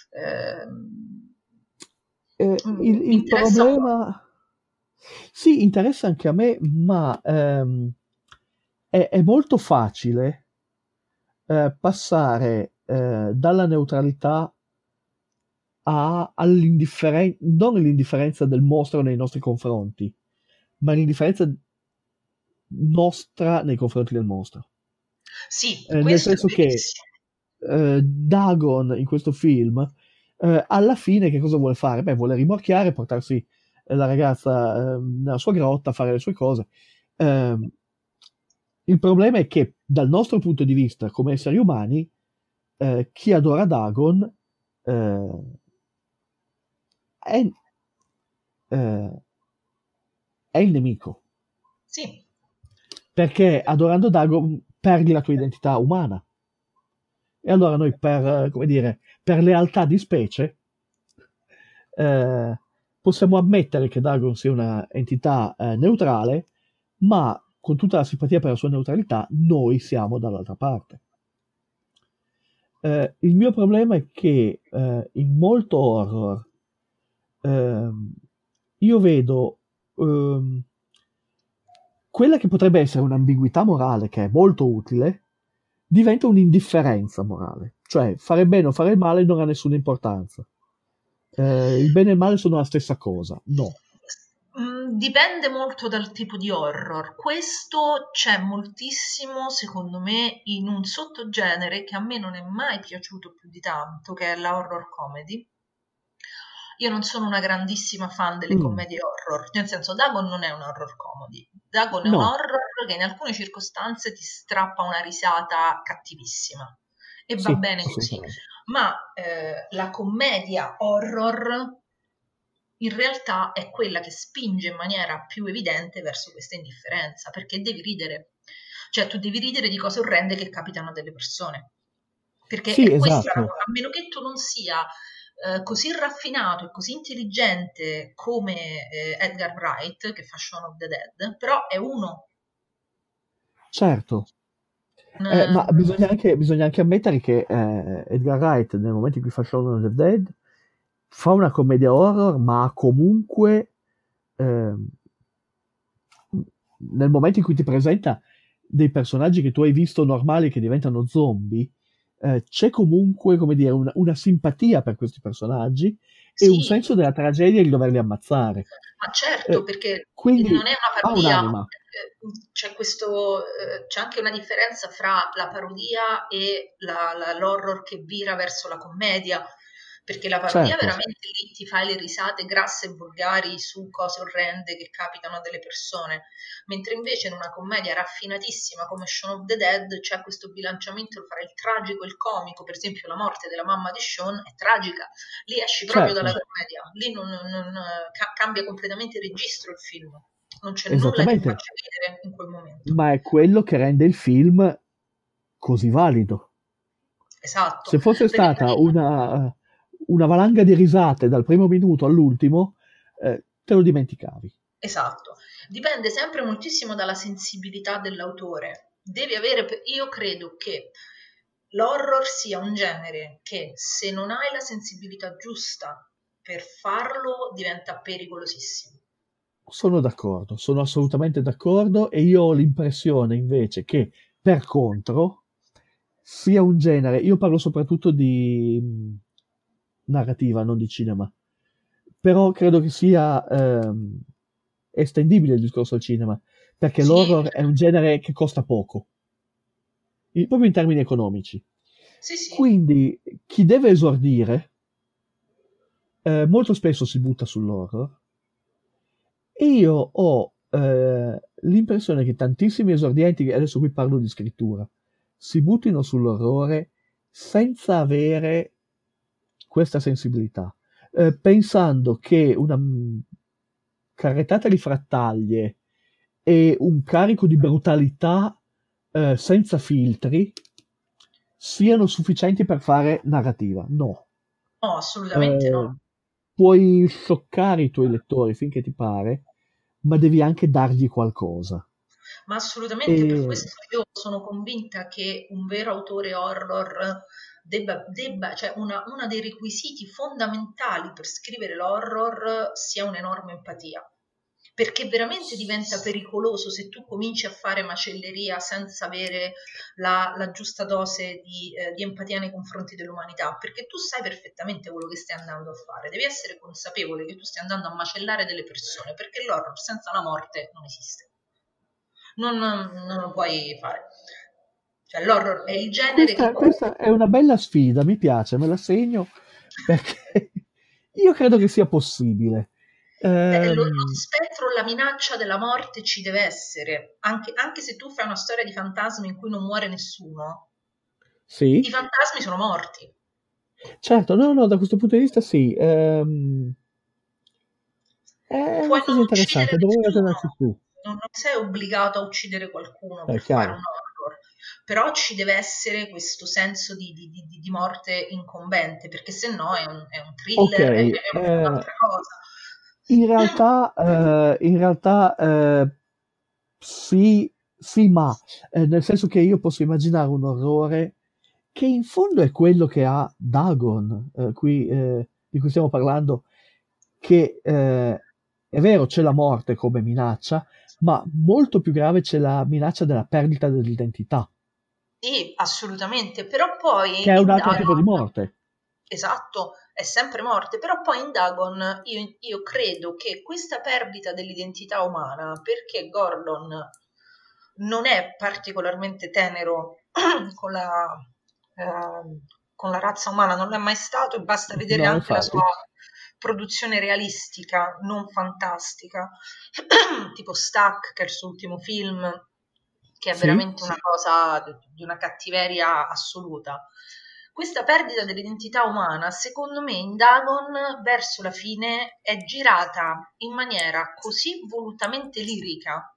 ehm, eh, mi il, il interessa un po'. problema, sì, interessa anche a me, ma ehm, è, è molto facile eh, passare eh, dalla neutralità a, all'indifferenza, non l'indifferenza del mostro nei nostri confronti, ma l'indifferenza nostra nei confronti del mostro. Sì, Eh, nel questo è senso che verissimo. eh, Dagon in questo film eh, alla fine che cosa vuole fare? Beh, vuole rimorchiare, portarsi eh, la ragazza eh, nella sua grotta, fare le sue cose. Eh, il problema è che dal nostro punto di vista come esseri umani eh, chi adora Dagon eh, è, eh, è il nemico, Sì, perché adorando Dagon perdi la tua identità umana. E allora noi per, eh, come dire, per lealtà di specie eh, possiamo ammettere che Dagon sia una entità eh, neutrale, ma con tutta la simpatia per la sua neutralità noi siamo dall'altra parte. Eh, il mio problema è che eh, in molto horror ehm, io vedo ehm, quella che potrebbe essere un'ambiguità morale che è molto utile diventa un'indifferenza morale, cioè fare bene o fare il male non ha nessuna importanza. Eh, il bene e il male sono la stessa cosa. No. Mm, dipende molto dal tipo di horror. Questo c'è moltissimo, secondo me, in un sottogenere che a me non è mai piaciuto più di tanto, che è la horror comedy. Io non sono una grandissima fan delle Mm. commedie horror, nel senso Dagon non è un horror comedy. Dagon è un No. horror che in alcune circostanze ti strappa una risata cattivissima e va Sì, bene così. assolutamente. Ma eh, la commedia horror in realtà è quella che spinge in maniera più evidente verso questa indifferenza, perché devi ridere. Cioè tu devi ridere di cose orrende che capitano a delle persone. Perché Sì, è questa, esatto. a meno che tu non sia eh, così raffinato e così intelligente come eh, Edgar Wright, che fa Shaun of the Dead, però è uno. Certo. un- Eh, ma bisogna anche, bisogna anche ammettere che eh, Edgar Wright, nel momento in cui fa Shaun of the Dead, fa una commedia horror, ma comunque ehm, nel momento in cui ti presenta dei personaggi che tu hai visto normali che diventano zombie, eh, c'è comunque, come dire, una, una simpatia per questi personaggi e un Sì, senso della tragedia di doverli ammazzare. ma certo, Eh, perché quindi non è una ha parodia, un'anima. eh, c'è questo, eh, c'è anche una differenza fra la parodia e la- la- l'horror che vira verso la commedia, perché la parodia Certo. veramente lì ti fai le risate grasse e volgari su cose orrende che capitano a delle persone, mentre invece in una commedia raffinatissima come Shaun of the Dead c'è questo bilanciamento fra il tragico e il comico. Per esempio la morte della mamma di Shaun è tragica, lì esci proprio Certo. dalla commedia, lì non, non- ca- cambia completamente il registro il film, non c'è nulla che Esattamente. faccia ridere in quel momento. Ma è quello che rende il film così valido. Esatto, Se fosse perché stata una, una valanga di risate dal primo minuto all'ultimo, eh, te lo dimenticavi. esatto, dipende sempre moltissimo dalla sensibilità dell'autore. Devi avere, io credo che l'horror sia un genere che se non hai la sensibilità giusta per farlo diventa pericolosissimo. Sono d'accordo, sono assolutamente d'accordo e io ho l'impressione invece che per contro sia un genere, io parlo soprattutto di mh, narrativa, non di cinema, però credo che sia ehm, estendibile il discorso al cinema, perché Sì, l'horror è un genere che costa poco, i- proprio in termini economici. sì, sì, Quindi chi deve esordire eh, molto spesso si butta sull'horror e io ho eh, l'impressione che tantissimi esordienti, adesso qui parlo di scrittura, si buttino sull'orrore senza avere questa sensibilità, eh, pensando che una mm, carrettata di frattaglie e un carico di brutalità eh, senza filtri siano sufficienti per fare narrativa. No. no, assolutamente Eh, no. puoi scioccare i tuoi lettori finché ti pare, ma devi anche dargli qualcosa. Ma assolutamente, per E questo io sono convinta che un vero autore horror debba, debba cioè una, uno dei requisiti fondamentali per scrivere l'horror sia un'enorme empatia. perché veramente diventa pericoloso se tu cominci a fare macelleria senza avere la, la giusta dose di, eh, di empatia nei confronti dell'umanità, perché tu sai perfettamente quello che stai andando a fare, devi essere consapevole che tu stai andando a macellare delle persone, perché l'horror senza la morte non esiste, non, non lo puoi fare. Cioè l'horror è il genere Questa, che... questa è una bella sfida, mi piace, me la segno, perché io credo che sia possibile. Eh, lo, lo Ehm, spettro, la minaccia della morte ci deve essere, anche, anche se tu fai una storia di fantasmi in cui non muore nessuno, sì, i fantasmi sono morti. certo, no, no, da questo punto di vista sì. Ehm, è Puoi una cosa non interessante, uccidere dovrei nessuno, ragionarci su. non, non sei obbligato a uccidere qualcuno È per fare un chiaro. horror, però ci deve essere questo senso di, di- di- di morte incombente, perché se no è un, è un Ok, thriller, è, è eh, un'altra cosa. in realtà, eh, in realtà eh, sì, sì, ma eh, nel senso che io posso immaginare un orrore che in fondo è quello che ha Dagon, eh, qui, eh, di cui stiamo parlando, che eh, è vero, c'è la morte come minaccia, ma molto più grave c'è la minaccia della perdita dell'identità, Sì, assolutamente, però poi che è un in altro tipo di Dagon, morte. esatto, è sempre morte, però poi in Dagon io, io credo che questa perdita dell'identità umana, perché Gordon non è particolarmente tenero con la, ehm, con la razza umana, non l'è mai stato, e basta vedere No, anche la infatti. sua produzione realistica, non fantastica, tipo Stuck, che è il suo ultimo film, che è Sì, veramente una cosa di una cattiveria assoluta. Questa perdita dell'identità umana, secondo me, in Dagon, verso la fine, è girata in maniera così volutamente lirica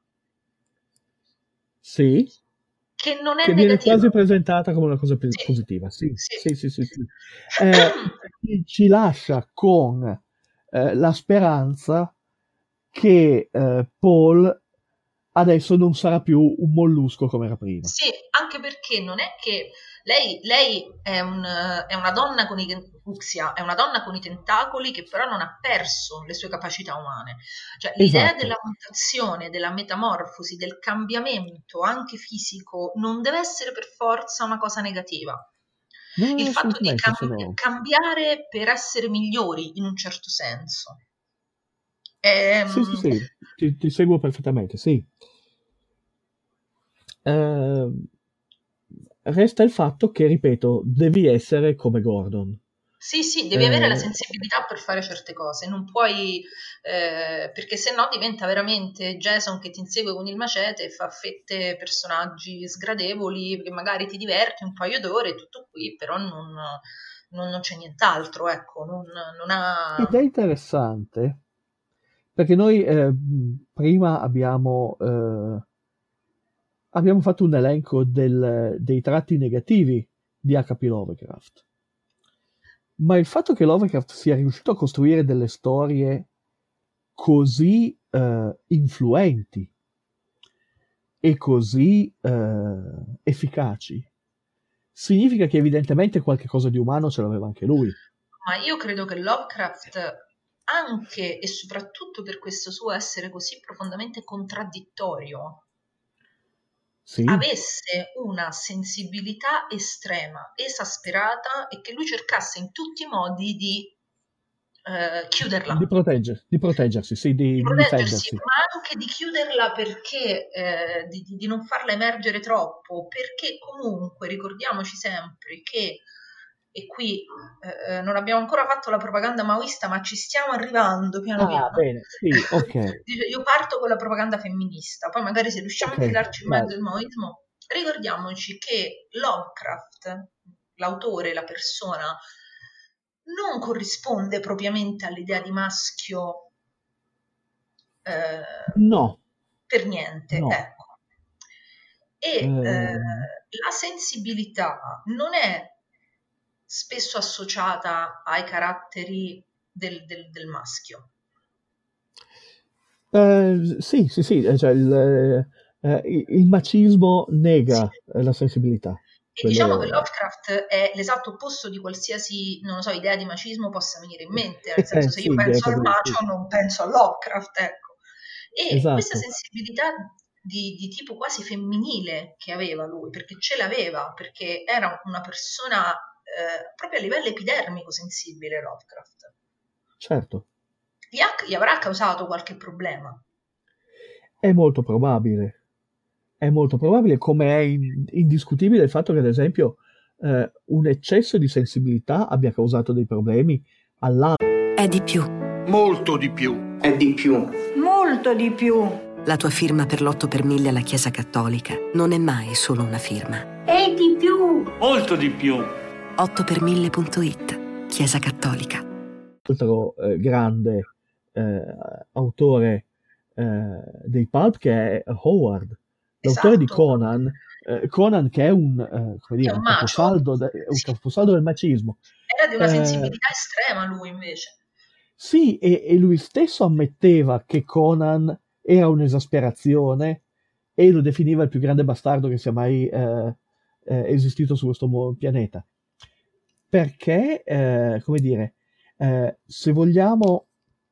sì, che non è che viene negativa. quasi presentata come una cosa pe- Sì, positiva. Sì, sì. sì, sì, sì, sì. Eh, ci- ci lascia con eh, la speranza che eh, Paul adesso non sarà più un mollusco come era prima. Sì, anche perché non è che lei, lei è, un, è una donna con i Uxia, è una donna con i tentacoli che però non ha perso le sue capacità umane. Cioè, l'idea Esatto. della mutazione, della metamorfosi, del cambiamento anche fisico non deve essere per forza una cosa negativa. No, Il fatto di assolutamente, cam- sono... cambiare per essere migliori in un certo senso. Ehm, Sì, sì, sì, ti, ti seguo perfettamente, sì. Eh, resta il fatto che, ripeto, devi essere come Gordon. Sì, sì, devi avere la Eh, sensibilità per fare certe cose, non puoi, eh, perché se no diventa veramente Jason che ti insegue con il macete e fa fette personaggi sgradevoli, che magari ti diverti un paio d'ore, tutto qui, però non, non- non c'è nient'altro, ecco, non, non ha... ed è interessante perché noi eh, prima abbiamo, eh, abbiamo fatto un elenco del- dei tratti negativi di acca pi Lovecraft. Ma il fatto che Lovecraft sia riuscito a costruire delle storie così eh, influenti e così eh, efficaci significa che evidentemente qualche cosa di umano ce l'aveva anche lui. Ma io credo che Lovecraft, anche e soprattutto per questo suo essere così profondamente contraddittorio, Sì, avesse una sensibilità estrema, esasperata, e che lui cercasse in tutti i modi di eh, chiuderla, di, protegger- di proteggersi, sì, di, di di proteggersi, difendersi. ma anche di chiuderla perché eh, di, di- di non farla emergere troppo, perché comunque ricordiamoci sempre che, e qui eh, non abbiamo ancora fatto la propaganda maoista, ma ci stiamo arrivando piano Ah, piano. bene, sì, ok, Dice, io parto con la propaganda femminista, poi magari se riusciamo ok, a infilarci in vai. mezzo il maoismo, ricordiamoci che Lovecraft, l'autore, la persona, non corrisponde propriamente all'idea di maschio eh, No, per niente, no. ecco. E Eh, eh, la sensibilità non è spesso associata ai caratteri del, del- del maschio. eh, sì, sì, sì, eh, cioè il, eh, il- il macismo nega eh, la sensibilità. E diciamo Quello che è... Lovecraft è l'esatto opposto di qualsiasi, non lo so, idea di macismo possa venire in mente, nel senso, se io Sì, penso al direttamente, sì. macio non penso a Lovecraft, ecco. E esatto. questa sensibilità di, di tipo quasi femminile che aveva lui, perché ce l'aveva, perché era una persona eh, proprio a livello epidermico sensibile, Lovecraft. Certo. Gli, ha, gli avrà causato qualche problema? È molto probabile. È molto probabile, come è indiscutibile il fatto che, ad esempio, eh, un eccesso di sensibilità abbia causato dei problemi all'anno. È di più. Molto di più. È di più. Molto di più. La tua firma per l'otto per mille alla Chiesa Cattolica non è mai solo una firma. È di più. Molto di più. otto per mille punto it, Chiesa Cattolica. Altro eh, grande eh, autore eh, dei pulp, che è Howard, l'autore Esatto. di Conan. Eh, Conan, che è un, eh, come dire, È un un, macio. caposaldo, de- un Sì. caposaldo del macismo. Era di una Eh, sensibilità estrema lui invece. Sì, e, e lui stesso ammetteva che Conan era un'esasperazione e lo definiva il più grande bastardo che sia mai eh, eh, esistito su questo mo- pianeta. Perché, eh, come dire, eh, se vogliamo,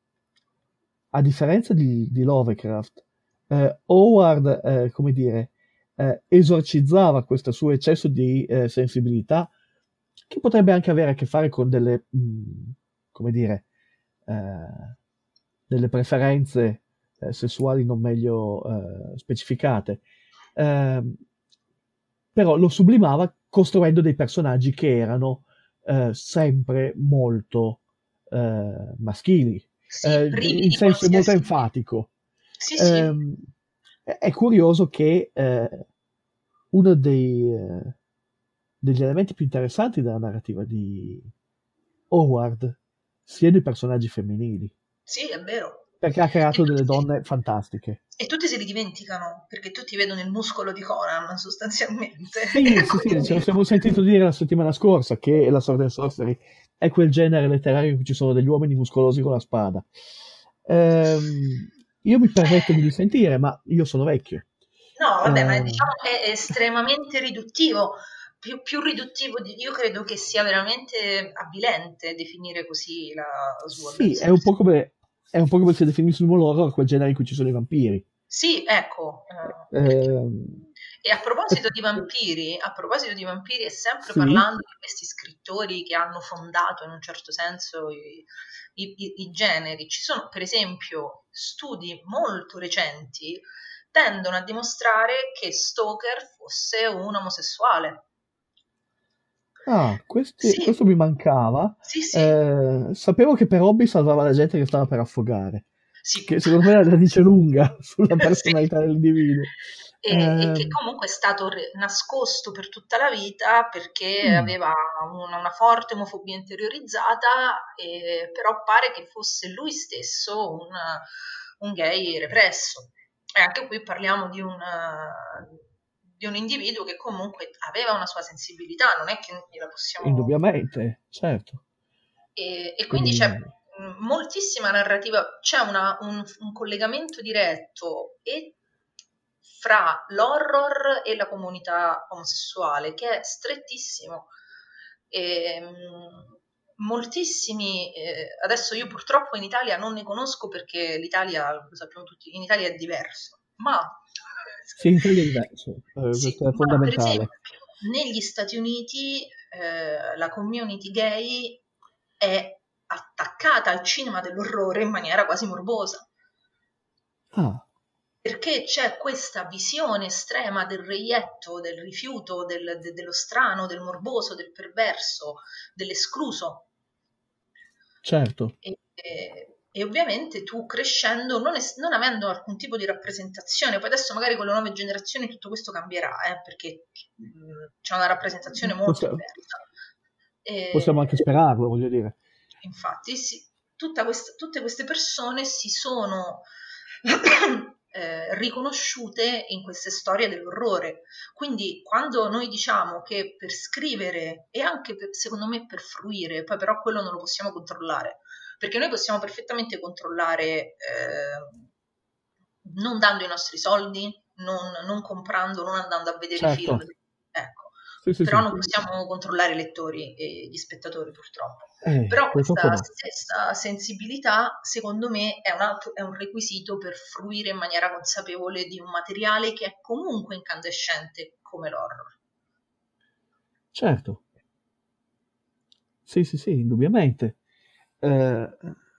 a differenza di, di Lovecraft, eh, Howard, eh, come dire, eh, esorcizzava questo suo eccesso di eh, sensibilità, che potrebbe anche avere a che fare con delle, mh, come dire, eh, delle preferenze eh, sessuali non meglio eh, specificate, eh, però lo sublimava costruendo dei personaggi che erano eh, sempre molto eh, maschili, Sì, eh, privi in di senso molto qualsiasi... enfatico. Sì, sì. Ehm, è è curioso che eh, uno dei, eh, degli elementi più interessanti della narrativa di Howard siano i personaggi femminili, Sì, è vero. perché ha creato E delle tutti, donne fantastiche. e tutti se li dimenticano, perché tutti vedono il muscolo di Conan sostanzialmente. Sì, sì, sì, Quindi- ce lo siamo sentito dire la settimana scorsa che la Sword and Sorcery è quel genere letterario in cui ci sono degli uomini muscolosi con la spada. Ehm, io mi permetto di dissentire, ma io sono vecchio. No, vabbè, ma Ehm, diciamo è estremamente riduttivo, più, più riduttivo di... Io credo che sia veramente avvilente definire così la sua sì, è un po' come, è un po' come se definissimo loro quel genere in cui ci sono i vampiri. Sì, ecco. eh, perché- Ehm, E a proposito di vampiri, a proposito di vampiri, e sempre Sì. parlando di questi scrittori che hanno fondato in un certo senso i, i- i- i generi, ci sono per esempio studi molto recenti tendono a dimostrare che Stoker fosse un omosessuale. Ah, questi- Sì. questo mi mancava. Sì, sì. Eh, sapevo che per hobby salvava la gente che stava per affogare, Sì. che secondo me la dice lunga sulla Sì. personalità dell'individuo. E, e Ehm, che comunque è stato re- nascosto per tutta la vita perché Mm. aveva una, una forte omofobia interiorizzata, e, però pare che fosse lui stesso un, un gay represso. E anche qui parliamo di un, di un individuo che comunque aveva una sua sensibilità, non è che gliela possiamo... indubbiamente, certo. E, e quindi Mm. c'è mh, moltissima narrativa, c'è una- un, un collegamento diretto e fra l'horror e la comunità omosessuale che è strettissimo. E, mh, moltissimi, eh, adesso io purtroppo in Italia non ne conosco perché l'Italia, lo sappiamo tutti, in Italia è diverso, ma Sì, in Italia è diverso, eh, sì, questo è ma per fondamentale. esempio negli Stati Uniti eh, la community gay è attaccata al cinema dell'orrore in maniera quasi morbosa, Ah, perché c'è questa visione estrema del reietto, del rifiuto, del- de- dello strano, del morboso, del perverso, dell'escluso. certo. E, e- e ovviamente tu crescendo, non, es- non avendo alcun tipo di rappresentazione, poi adesso magari con le nuove generazioni tutto questo cambierà, eh, perché mh, c'è una rappresentazione molto Possiamo, diversa. E- possiamo anche sperarlo, voglio dire. Infatti, sì, tutta questa- tutte queste persone si sono eh, riconosciute in queste storie dell'orrore. Quindi, quando noi diciamo che per scrivere e anche per- secondo me per fruire, poi però quello non lo possiamo controllare, perché noi possiamo perfettamente controllare eh, non dando i nostri soldi, non, non comprando, non andando a vedere i Certo. film. Ecco. Sì, sì, però sì. non possiamo controllare i lettori e gli spettatori purtroppo. Eh, Però questa no. stessa sensibilità, secondo me, è un, altro, è un requisito per fruire in maniera consapevole di un materiale che è comunque incandescente come l'horror. Certo. Sì, sì, sì, indubbiamente. Eh,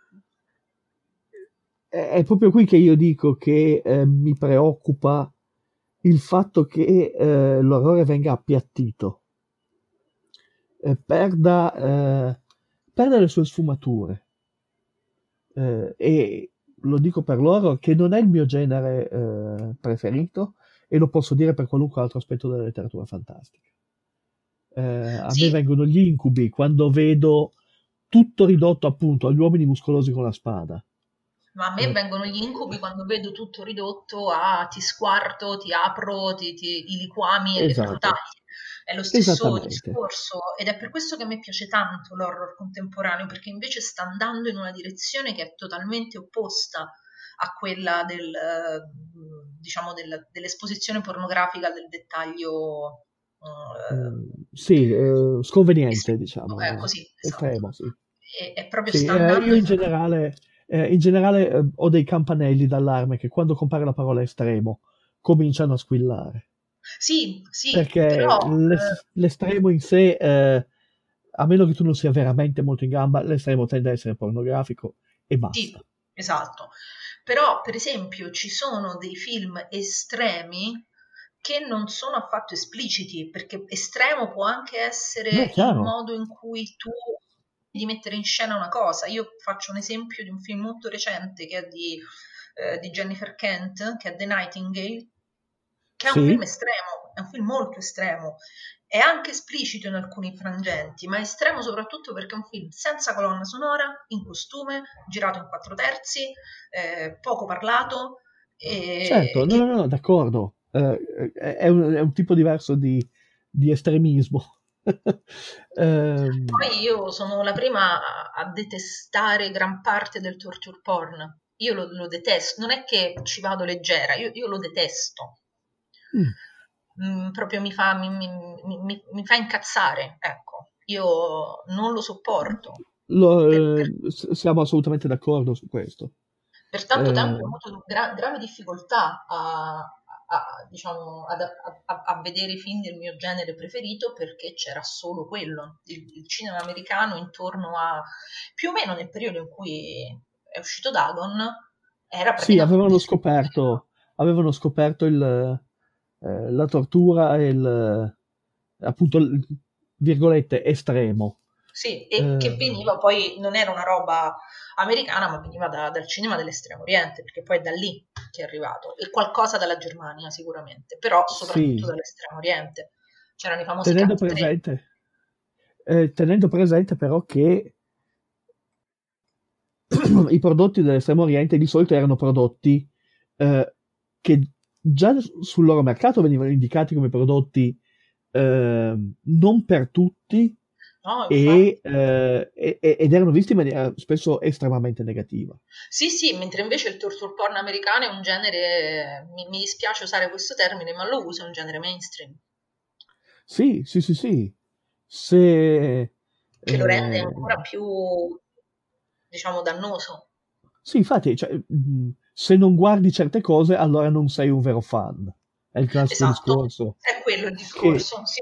è proprio qui che io dico che eh, mi preoccupa il fatto che eh, l'orrore venga appiattito, eh, perda, eh, perda le sue sfumature. Eh, e lo dico per l'horror, che non è il mio genere eh, preferito, e lo posso dire per qualunque altro aspetto della letteratura fantastica. Eh, a Sì. me vengono gli incubi quando vedo tutto ridotto appunto agli uomini muscolosi con la spada. Ma a me Eh. vengono gli incubi quando vedo tutto ridotto a ti squarto, ti apro, ti, ti- i liquami e Esatto. le frottaglie. È lo stesso Esattamente. discorso ed è per questo che a me piace tanto l'horror contemporaneo, perché invece sta andando in una direzione che è totalmente opposta a quella del, eh, diciamo del- dell'esposizione pornografica del dettaglio eh, Mm, sì, eh, sconveniente, estremo, diciamo, eh, così, esatto. estremo, sì. È, è proprio Sì, sta eh, andando io in in- generale, eh, in generale eh, ho dei campanelli d'allarme che quando compare la parola estremo cominciano a squillare, Sì, sì, perché però l'es- eh, l'estremo in sé, eh, a meno che tu non sia veramente molto in gamba, l'estremo tende a essere pornografico e sì, basta. esatto. Però, per esempio, ci sono dei film estremi che non sono affatto espliciti, perché estremo può anche No, è essere il chiaro. modo in cui tu di mettere in scena una cosa. Io faccio un esempio di un film molto recente che è di, eh, di Jennifer Kent, che è The Nightingale, che è un film Sì, estremo, è un film molto estremo. È anche esplicito in alcuni frangenti, ma è estremo soprattutto perché è un film senza colonna sonora, in costume, girato in quattro terzi, eh, poco parlato. E, certo, no, e- no, no, d'accordo. Eh, è, è un, è un tipo diverso di, di estremismo. Ehm, Poi io sono la prima a, a detestare gran parte del torture porn. Io lo, lo detesto, non è che ci vado leggera, io, io lo detesto. mm. Mm, proprio mi fa, mi, mi- mi- mi fa incazzare, ecco. Io non lo sopporto. Lo- Per, eh, per- s- siamo assolutamente d'accordo su questo. per tanto tempo ho Eh, avuto gra- gravi difficoltà a, a- diciamo, ad- a, a- a vedere i film del mio genere preferito perché c'era solo quello. Il, il cinema americano intorno a più o meno nel periodo in cui è uscito Dagon era sì, avevano praticamente scoperto, avevano scoperto il, eh, la tortura e il, appunto, il, virgolette, estremo. sì, e Eh, che veniva poi, non era una roba americana, ma veniva da- dal cinema dell'Estremo Oriente, perché poi è da lì che è arrivato, e qualcosa dalla Germania sicuramente, però soprattutto sì, dall'Estremo Oriente. C'erano i famosi tenendo Cat tre. presente, eh, tenendo presente però che i prodotti dell'Estremo Oriente di solito erano prodotti eh, che già sul loro mercato venivano indicati come prodotti eh, non per tutti No, e, infatti. eh, e- ed erano visti in maniera spesso estremamente negativa. Sì, sì, mentre invece il torture porn americano è un genere, mi, mi dispiace usare questo termine, ma lo uso, è un genere mainstream, Sì, sì, sì, sì. Se, che lo rende eh, ancora più, diciamo, dannoso. sì, infatti, cioè, mh, se non guardi certe cose, allora non sei un vero fan. È il classico Esatto, discorso. è quello il Che, discorso, sì.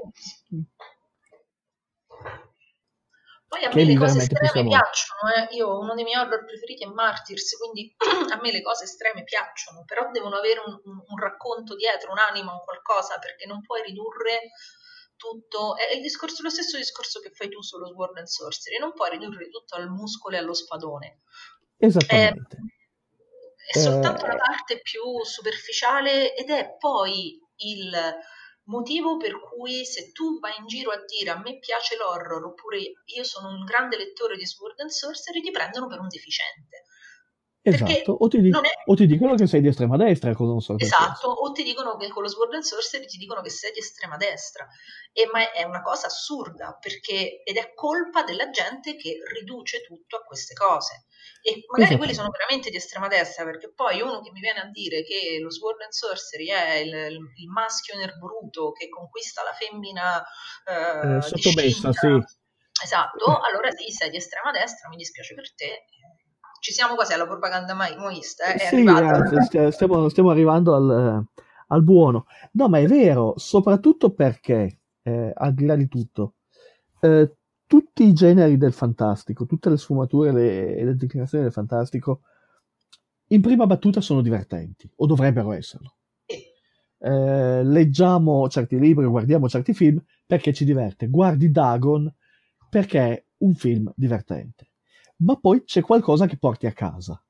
Poi a che me le lì cose veramente estreme possiamo. piacciono, eh. Io uno dei miei horror preferiti è Martyrs, quindi a me le cose estreme piacciono, però devono avere un, un- un racconto dietro, un'anima, un qualcosa, perché non puoi ridurre tutto. È il discorso, lo stesso discorso che fai tu sullo Sword and Sorcery, non puoi ridurre tutto al muscolo e allo spadone. È, Esattamente. è soltanto la Eh, parte più superficiale ed è poi il motivo per cui se tu vai in giro a dire a me piace l'horror oppure io sono un grande lettore di Sword and Sorcery ti prendono per un deficiente. Esatto, o ti, di- non è... o ti dicono che sei di estrema destra con un Sword and Esatto, Sorcery. o ti dicono che con lo Sword and Sorcery ti dicono che sei di estrema destra, e ma è una cosa assurda, perché ed è colpa della gente che riduce tutto a queste cose, e magari quelli sono veramente di estrema destra, perché poi uno che mi viene a dire che lo Sword and Sorcery è il, il, il maschio inerboruto che conquista la femmina eh, Eh, sottomessa, discinta, sì. esatto, allora sì, sei di estrema destra, mi dispiace per te. Ci siamo quasi alla propaganda maoista, eh? È Sì, arrivata. anzi, stia- stiamo, stiamo arrivando al, al buono. No, ma è vero, soprattutto perché, eh, al di là di tutto, eh, tutti i generi del fantastico, tutte le sfumature le- e le declinazioni del fantastico, in prima battuta sono divertenti, o dovrebbero esserlo. Eh, leggiamo certi libri, guardiamo certi film perché ci diverte. Guardi Dagon perché è un film divertente. Ma poi c'è qualcosa che porti a casa.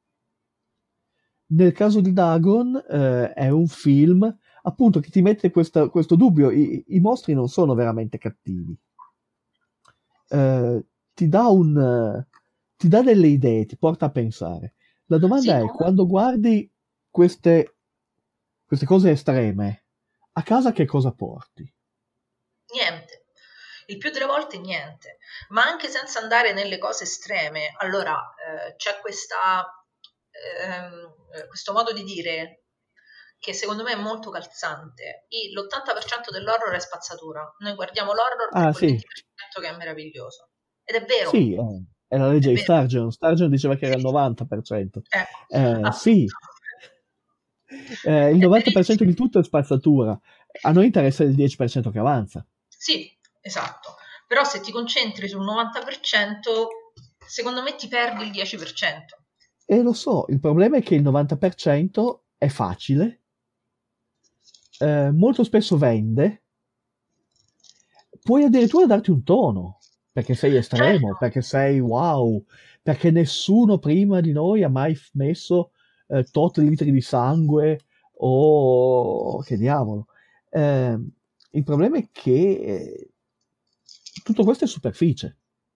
Nel caso di Dagon eh, è un film appunto che ti mette questa- questo dubbio. I, i mostri non sono veramente cattivi. Eh, ti dà un, eh, ti dà delle idee, ti porta a pensare. La domanda Sì, è, quando guardi queste, queste cose estreme, a casa che cosa porti? niente. Il più delle volte niente, ma anche senza andare nelle cose estreme. Allora, eh, c'è questa, ehm, eh, questo modo di dire che secondo me è molto calzante. I- l'ottanta per cento dell'horror è spazzatura. Noi guardiamo l'horror per Ah, quel sì, venti per cento che è meraviglioso. Ed è vero, sì, eh, è la legge è di vero. Sturgeon. Sturgeon diceva che era il novanta per cento. Ecco, Eh, sì, appunto. eh, il È novanta per cento verissimo. di tutto è spazzatura. A noi interessa il dieci per cento che avanza. Sì, esatto. Però se ti concentri sul novanta per cento, secondo me ti perdi il dieci per cento. E lo so, il problema è che il novanta per cento è facile, eh, molto spesso vende, puoi addirittura darti un tono, perché sei estremo, Certo. perché sei wow, perché nessuno prima di noi ha mai f- messo eh, tot litri di sangue o che diavolo. Eh, il problema è che eh, tutto questo è superficie,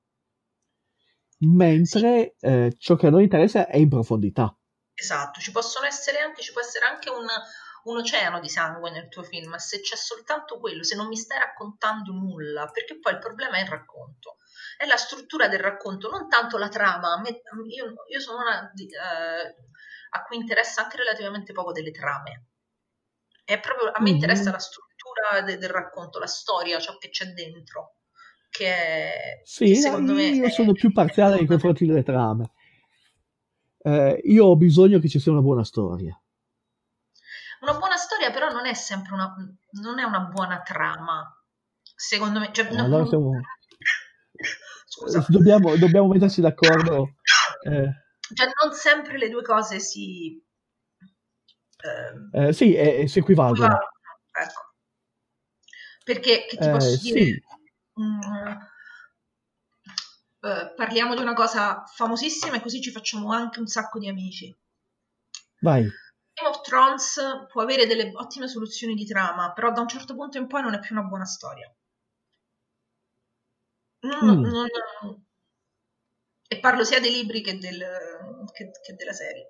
mentre eh, ciò che a noi interessa è in profondità. Esatto, ci possono essere anche, ci può essere anche un, un oceano di sangue nel tuo film, se c'è soltanto quello, se non mi stai raccontando nulla, perché poi il problema è il racconto, è la struttura del racconto, non tanto la trama. A me- io, io sono una di- eh, a cui interessa anche relativamente poco delle trame. È proprio, a me interessa Mm, la struttura de- del racconto, la storia, ciò che c'è dentro, che, è- che sì, no, secondo me io è, sono più è parziale nei fondamentale. confronti delle trame. Eh, io ho bisogno che ci sia una buona storia. Una buona storia però non è sempre una, non è una buona trama, secondo me. Cioè, Eh, no- allora non- siamo, scusa. eh, dobbiamo, dobbiamo metterci d'accordo. Eh, Cioè, non sempre le due cose si ehm, eh, sì, eh, eh, si equivalgono. equivalgono, ecco. Perché, che ti Eh, posso dire? sì, Mm, eh, parliamo di una cosa famosissima e così ci facciamo anche un sacco di amici. vai. Game of Thrones può avere delle ottime soluzioni di trama, però da un certo punto in poi non è più una buona storia. Non- Mm, non- e parlo sia dei libri che, del, che, che della serie.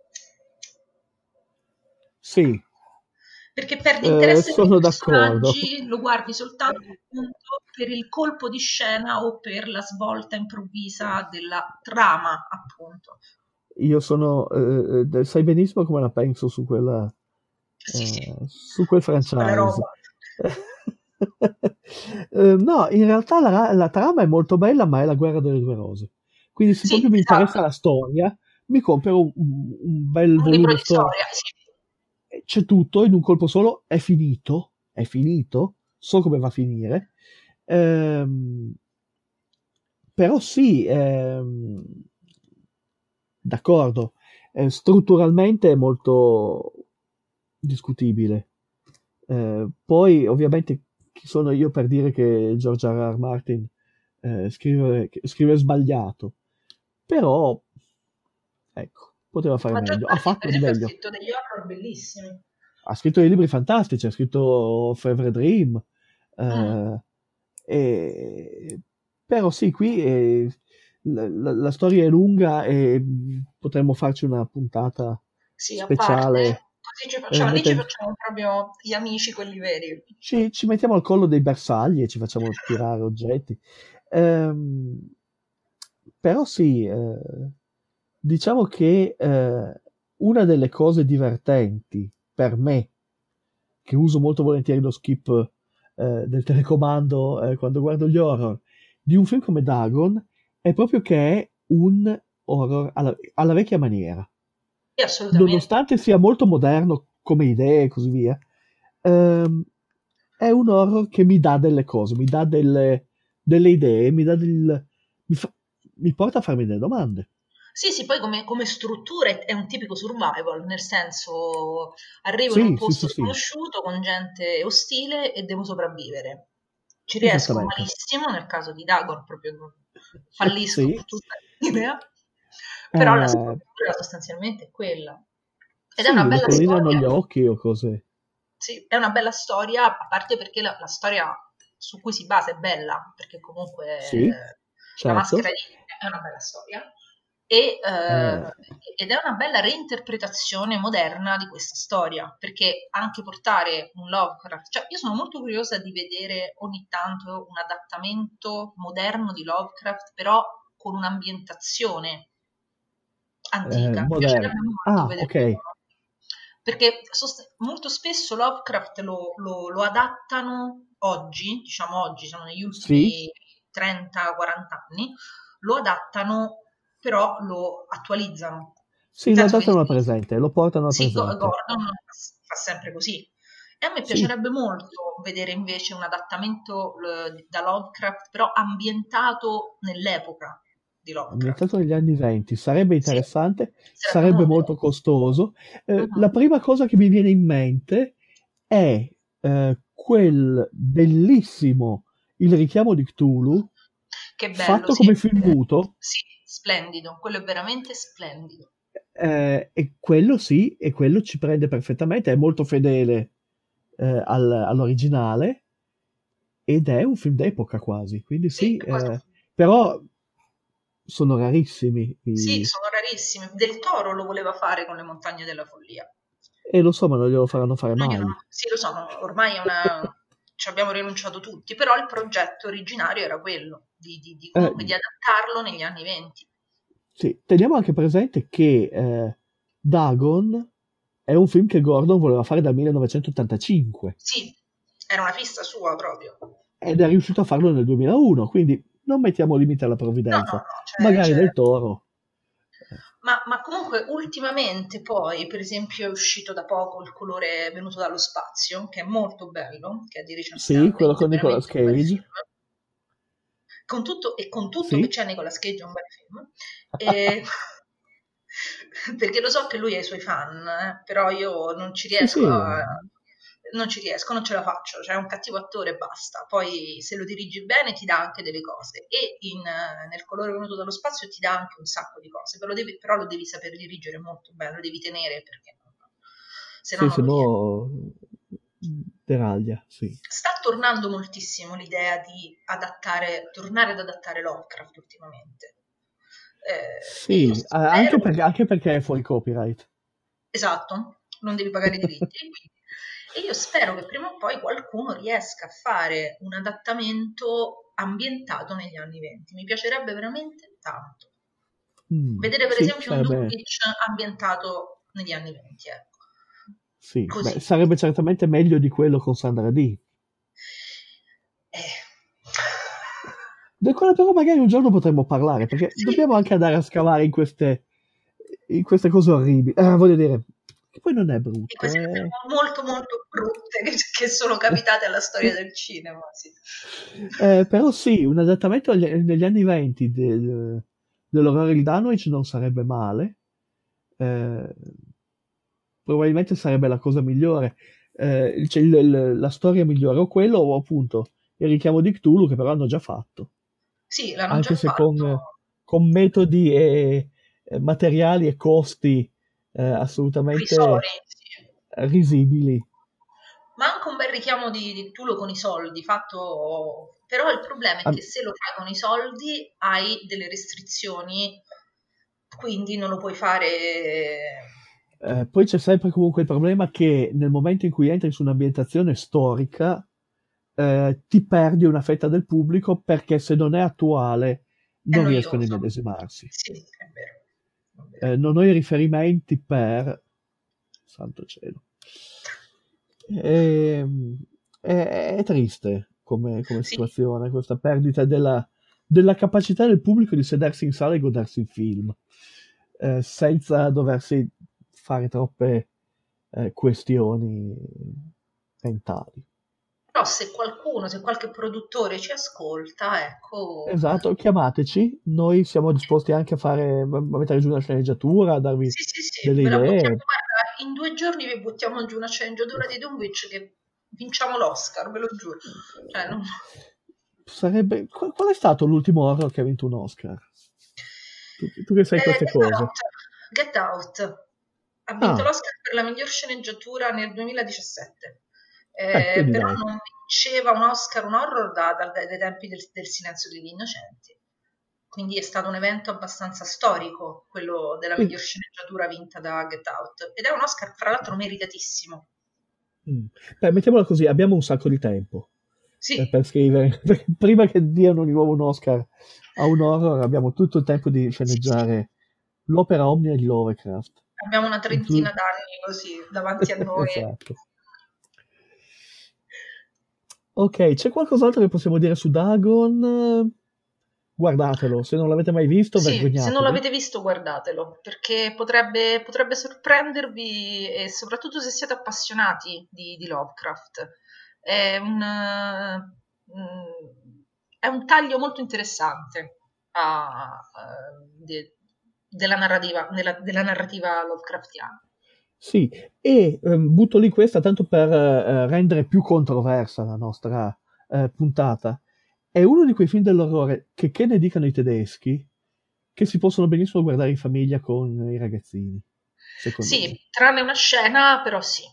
sì, Perché perdi eh, interesse per sono i d'accordo. personaggi, lo guardi soltanto appunto per il colpo di scena o per la svolta improvvisa della trama, appunto. Io sono, eh, eh, sai benissimo come la penso su quella, Sì, sì, eh, su quel quella franchise. roba. Eh, no, in realtà la, ra- la trama è molto bella, ma è la guerra delle due rose. Quindi se Sì, proprio mi interessa esatto. la storia, mi compro un, un- un bel Un libro volume di storico. storia, sì. C'è tutto in un colpo solo, è finito, è finito, so come va a finire. Ehm, però sì, ehm, d'accordo, eh, strutturalmente è molto discutibile. Eh, poi, ovviamente, chi sono io per dire che George R. R. Martin eh, scrive, che scrive sbagliato? Però, ecco, poteva fare Ma George meglio. Ha Martin, per fatto di esempio, ha meglio. scritto degli horror bellissimi. Ha scritto dei libri fantastici, ha scritto Fever Dream, eh, Mm. e- però sì, qui eh, la, la- la storia è lunga e potremmo farci una puntata Sì, a speciale. parte, così ci eh, facciamo, lì ci mette- facciamo proprio gli amici, quelli veri. ci, ci mettiamo al collo dei bersagli e ci facciamo tirare oggetti. Ehm, però sì, eh, diciamo che eh, una delle cose divertenti per me, che uso molto volentieri lo skip eh, del telecomando eh, quando guardo gli horror, di un film come Dagon, è proprio che è un horror alla, alla vecchia maniera. Sì, assolutamente. Nonostante sia molto moderno come idee e così via, ehm, è un horror che mi dà delle cose, mi dà delle, delle idee, mi dà del, mi, fa- mi porta a farmi delle domande. Sì, sì, poi come, come struttura è, è un tipico survival, nel senso arrivo in un Sì, sì, posto sì, sì, sconosciuto con gente ostile e devo sopravvivere. Ci riesco esattamente. malissimo, nel caso di Dagon proprio fallisco Sì, con tutta l'idea, però la eh, struttura sostanzialmente è quella. Ed è sì, una le bella colline hanno storia. gli occhi o cose. Sì, è una bella storia, a parte perché la, la storia su cui si basa è bella, perché comunque Sì, eh, la certo. maschera di è una bella storia, e, eh, Eh, ed è una bella reinterpretazione moderna di questa storia, perché anche portare un Lovecraft, cioè io sono molto curiosa di vedere ogni tanto un adattamento moderno di Lovecraft, però con un'ambientazione eh, antica. Mi moderno. piacerebbe molto Ah, vedere ok. perché sost- molto spesso Lovecraft lo, lo- lo adattano oggi, diciamo oggi, sono negli Sì, ultimi trenta quaranta anni, lo adattano, però lo attualizzano. sì, Nel lo senso che adattano al presente, lo portano al sì, Go- presente. Gordon fa sempre così. E a me Sì, piacerebbe molto vedere invece un adattamento eh, da Lovecraft, però ambientato nell'epoca di Lovecraft. ambientato negli anni venti, sarebbe Sì, interessante, sarebbe sarebbe molto. molto costoso. Eh, Mhm. la prima cosa che mi viene in mente è eh, quel bellissimo Il richiamo di Cthulhu, Che bello, fatto sì. come film muto, Sì, splendido, quello è veramente splendido. eh, e quello sì, e quello ci prende perfettamente, è molto fedele eh, al- all'originale, ed è un film d'epoca quasi, quindi Sì, sì, è quasi un eh, però sono rarissimi Sì, i- sono rarissimi. Del Toro lo voleva fare con Le Montagne della Follia. e lo so, ma non glielo faranno fare Noi mai. non- Sì, lo so, no, ormai è una... ci abbiamo rinunciato tutti, però il progetto originario era quello, di, di- di Eh, comunque di adattarlo negli anni venti. sì, teniamo anche presente che eh, Dagon è un film che Gordon voleva fare dal millenovecentottantacinque Sì, era una fissa sua proprio. ed è riuscito a farlo nel duemilauno, quindi non mettiamo limite alla No, no, provvidenza. no, cioè, Magari cioè- del Toro. Ma, ma comunque ultimamente poi, per esempio, è uscito da poco Il colore venuto dallo spazio, che è molto bello, che è di Richard Sì, Stanley, quello è con Nicolas veramente un bel Cage. film. Con tutto, e con tutto Sì. che c'è Nicolas Cage è un bel film. E- perché lo so che lui ha i suoi fan, eh, però io non ci Sì, riesco sì. a... non ci riesco, non ce la faccio, cioè è un cattivo attore e basta. Poi se lo dirigi bene ti dà anche delle cose, e in, eh, nel colore venuto dallo spazio ti dà anche un sacco di cose, però lo devi, però lo devi saper dirigere molto bene, lo devi tenere, perché no, se no Sì, non se lo riesci. no deraglia, sì. Sta tornando moltissimo l'idea di adattare, tornare ad adattare Lovecraft ultimamente. Eh, e Sì, io eh, anche, spero, perché, anche perché è fuori copyright. esatto, non devi pagare i diritti, quindi. E io spero che prima o poi qualcuno riesca a fare un adattamento ambientato negli anni venti. Mi piacerebbe veramente tanto. Mm, Vedere per sì, esempio un sarebbe, Dulwich ambientato negli anni venti, ecco. sì, Così. beh, sarebbe certamente meglio di quello con Sandra Dee. Eh. Del quale però magari un giorno potremmo parlare, perché Sì, dobbiamo anche andare a scavare in queste, in queste cose orribili. Eh, voglio dire, che poi non è e brutto, queste cose eh. molto molto brutte che, che sono capitate alla storia del cinema, sì. Eh, però sì, un adattamento agli- negli anni venti del, dell'orrore di Dunwich non sarebbe male. Eh, probabilmente sarebbe la cosa migliore. Eh, cioè, il- il- la storia migliore o quello, o appunto il richiamo di Cthulhu, che però hanno già fatto. Sì, l'hanno Anche già se fatto. con, con metodi e e materiali e costi eh, assolutamente Risori, sì. risibili. ma anche un bel richiamo di, di Cthulhu con i soldi, fatto... però il problema è che se lo fai con i soldi hai delle restrizioni, quindi non lo puoi fare... Eh, poi c'è sempre comunque il problema che nel momento in cui entri su un'ambientazione storica eh, ti perdi una fetta del pubblico, perché se non è attuale non riescono a immedesimarsi. Sì, è vero. È vero. Eh, non ho i riferimenti per... santo cielo. È, è, è triste come, come Sì. situazione, questa perdita della, della capacità del pubblico di sedersi in sala e godersi il film, eh, senza doversi fare troppe eh, questioni mentali. Però se qualcuno, se qualche produttore ci ascolta, ecco... Esatto, chiamateci, noi siamo disposti anche a fare, a mettere giù una sceneggiatura, a darvi Sì, sì, sì, delle ve la idee. buttiamo, guarda, in due giorni vi buttiamo giù una sceneggiatura di Dunwich che vinciamo l'Oscar, ve lo giuro. Cioè, non... Sarebbe... Qual, qual è stato l'ultimo horror che ha vinto un Oscar? Tu, tu che sai Eh, queste Get cose. Out, Get Out ha vinto Ah. l'Oscar per la miglior sceneggiatura nel duemiladiciassette. Eh, Eh, quindi però dai. non vinceva un Oscar, un horror da- da- dai tempi del, del Silenzio degli Innocenti. Quindi è stato un evento abbastanza storico, quello della Quindi- miglior sceneggiatura vinta da Get Out. Ed è un Oscar, fra l'altro, meritatissimo. Mm. Beh, mettiamola così, abbiamo un sacco di tempo Sì. eh, per scrivere. Perché prima che diano di nuovo un Oscar a un horror abbiamo tutto il tempo di sceneggiare l'opera omnia di Lovecraft. Abbiamo una trentina d'anni così davanti a noi. Esatto. Ok, c'è qualcos'altro che possiamo dire su Dagon? Guardatelo, se non l'avete mai visto, Sì, vergognatevi. se non l'avete visto, guardatelo, perché potrebbe, potrebbe sorprendervi, e soprattutto se siete appassionati di, di Lovecraft. È un, eh, mm, è un taglio molto interessante a- a- de- della narrativa, della, della narrativa Lovecraftiana. Sì, e ehm, butto lì questa tanto per eh, rendere più controversa la nostra eh, puntata. È uno di quei film dell'orrore che, che ne dicano i tedeschi, che si possono benissimo guardare in famiglia con i ragazzini, secondo me. Sì, tranne una scena, però sì.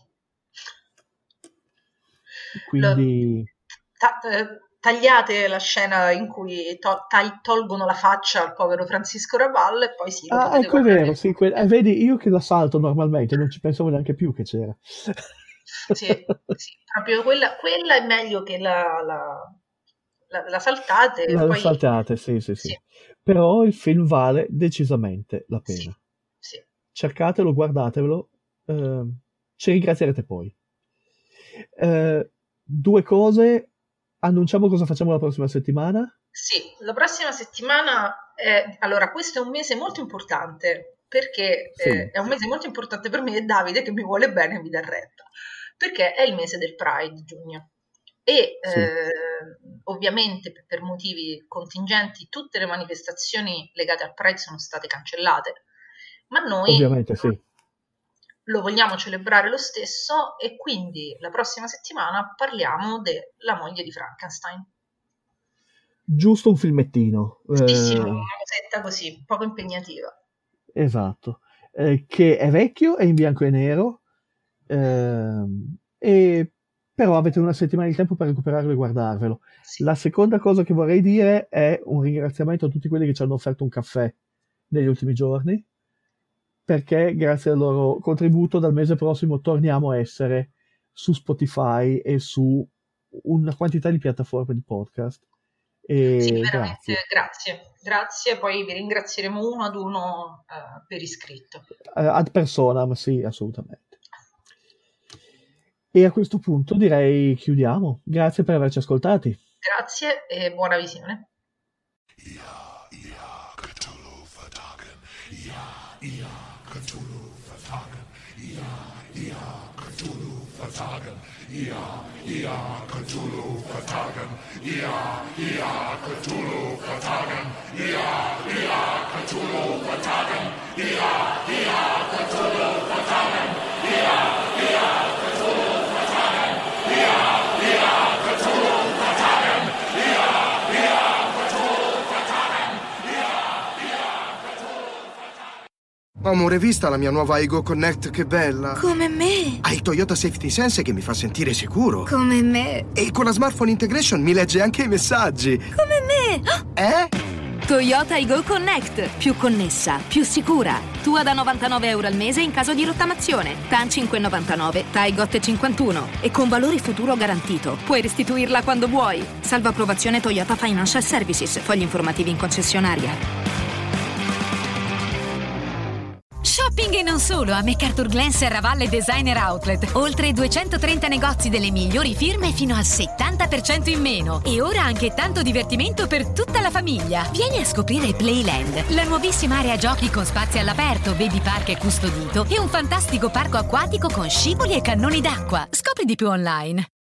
Quindi, Ta- eh, tagliate la scena in cui to- tag- tolgono la faccia al povero Francisco Raval e poi sì, lo ah, potete ecco, è guardare. vero, sì, que- eh, vedi, io che la salto normalmente, non ci pensavo neanche più che c'era. Sì, sì, proprio quella, quella è meglio che la, la, la, la saltate. e La poi... saltate, sì, sì, sì, Sì. Però il film vale decisamente la pena. Sì. Cercatelo, guardatevelo, ehm, ci ringrazierete poi. Eh, due cose, annunciamo cosa facciamo la prossima settimana. Sì, la prossima settimana, è... allora questo è un mese molto importante, perché Sì. eh, è un mese molto importante per me e Davide che mi vuole bene e mi dà retta, perché è il mese del Pride, giugno. E Sì. eh, ovviamente per- per motivi contingenti tutte le manifestazioni legate al Pride sono state cancellate, ma noi Ovviamente sì. lo vogliamo celebrare lo stesso e quindi la prossima settimana parliamo della moglie di Frankenstein. Giusto un filmettino. Giustissimo, eh, una cosetta così, poco impegnativa. esatto. Eh, che è vecchio, è in bianco e nero, ehm, e però avete una settimana di tempo per recuperarlo e guardarvelo. La seconda cosa che vorrei dire è un ringraziamento a tutti quelli che ci hanno offerto un caffè negli ultimi giorni, perché grazie al loro contributo dal mese prossimo torniamo a essere su Spotify e su una quantità di piattaforme di podcast. E Sì, grazie. veramente grazie. Grazie, poi vi ringrazieremo uno ad uno eh, per iscritto. Eh, ad personam, sì, assolutamente. E a questo punto direi chiudiamo. Grazie per averci ascoltati. Grazie e buona visione. Amore, vista la mia nuova iGo Connect, che bella. Come me. Ha il Toyota Safety Sense che mi fa sentire sicuro. Come me. E con la Smartphone Integration mi legge anche i messaggi. Come me. Eh? Toyota iGo Connect. Più connessa, più sicura. Tua da novantanove euro al mese in caso di rottamazione. T A N cinque virgola novantanove, T A I G O T cinquantuno. E con valore futuro garantito. Puoi restituirla quando vuoi. Salva approvazione Toyota Financial Services. Fogli informativi in concessionaria. Shopping e non solo a MacArthurGlen Serravalle Designer Outlet. Oltre duecentotrenta negozi delle migliori firme fino al settanta per cento in meno. E ora anche tanto divertimento per tutta la famiglia. Vieni a scoprire Playland, la nuovissima area giochi con spazi all'aperto, baby park custodito e un fantastico parco acquatico con scivoli e cannoni d'acqua. Scopri di più online.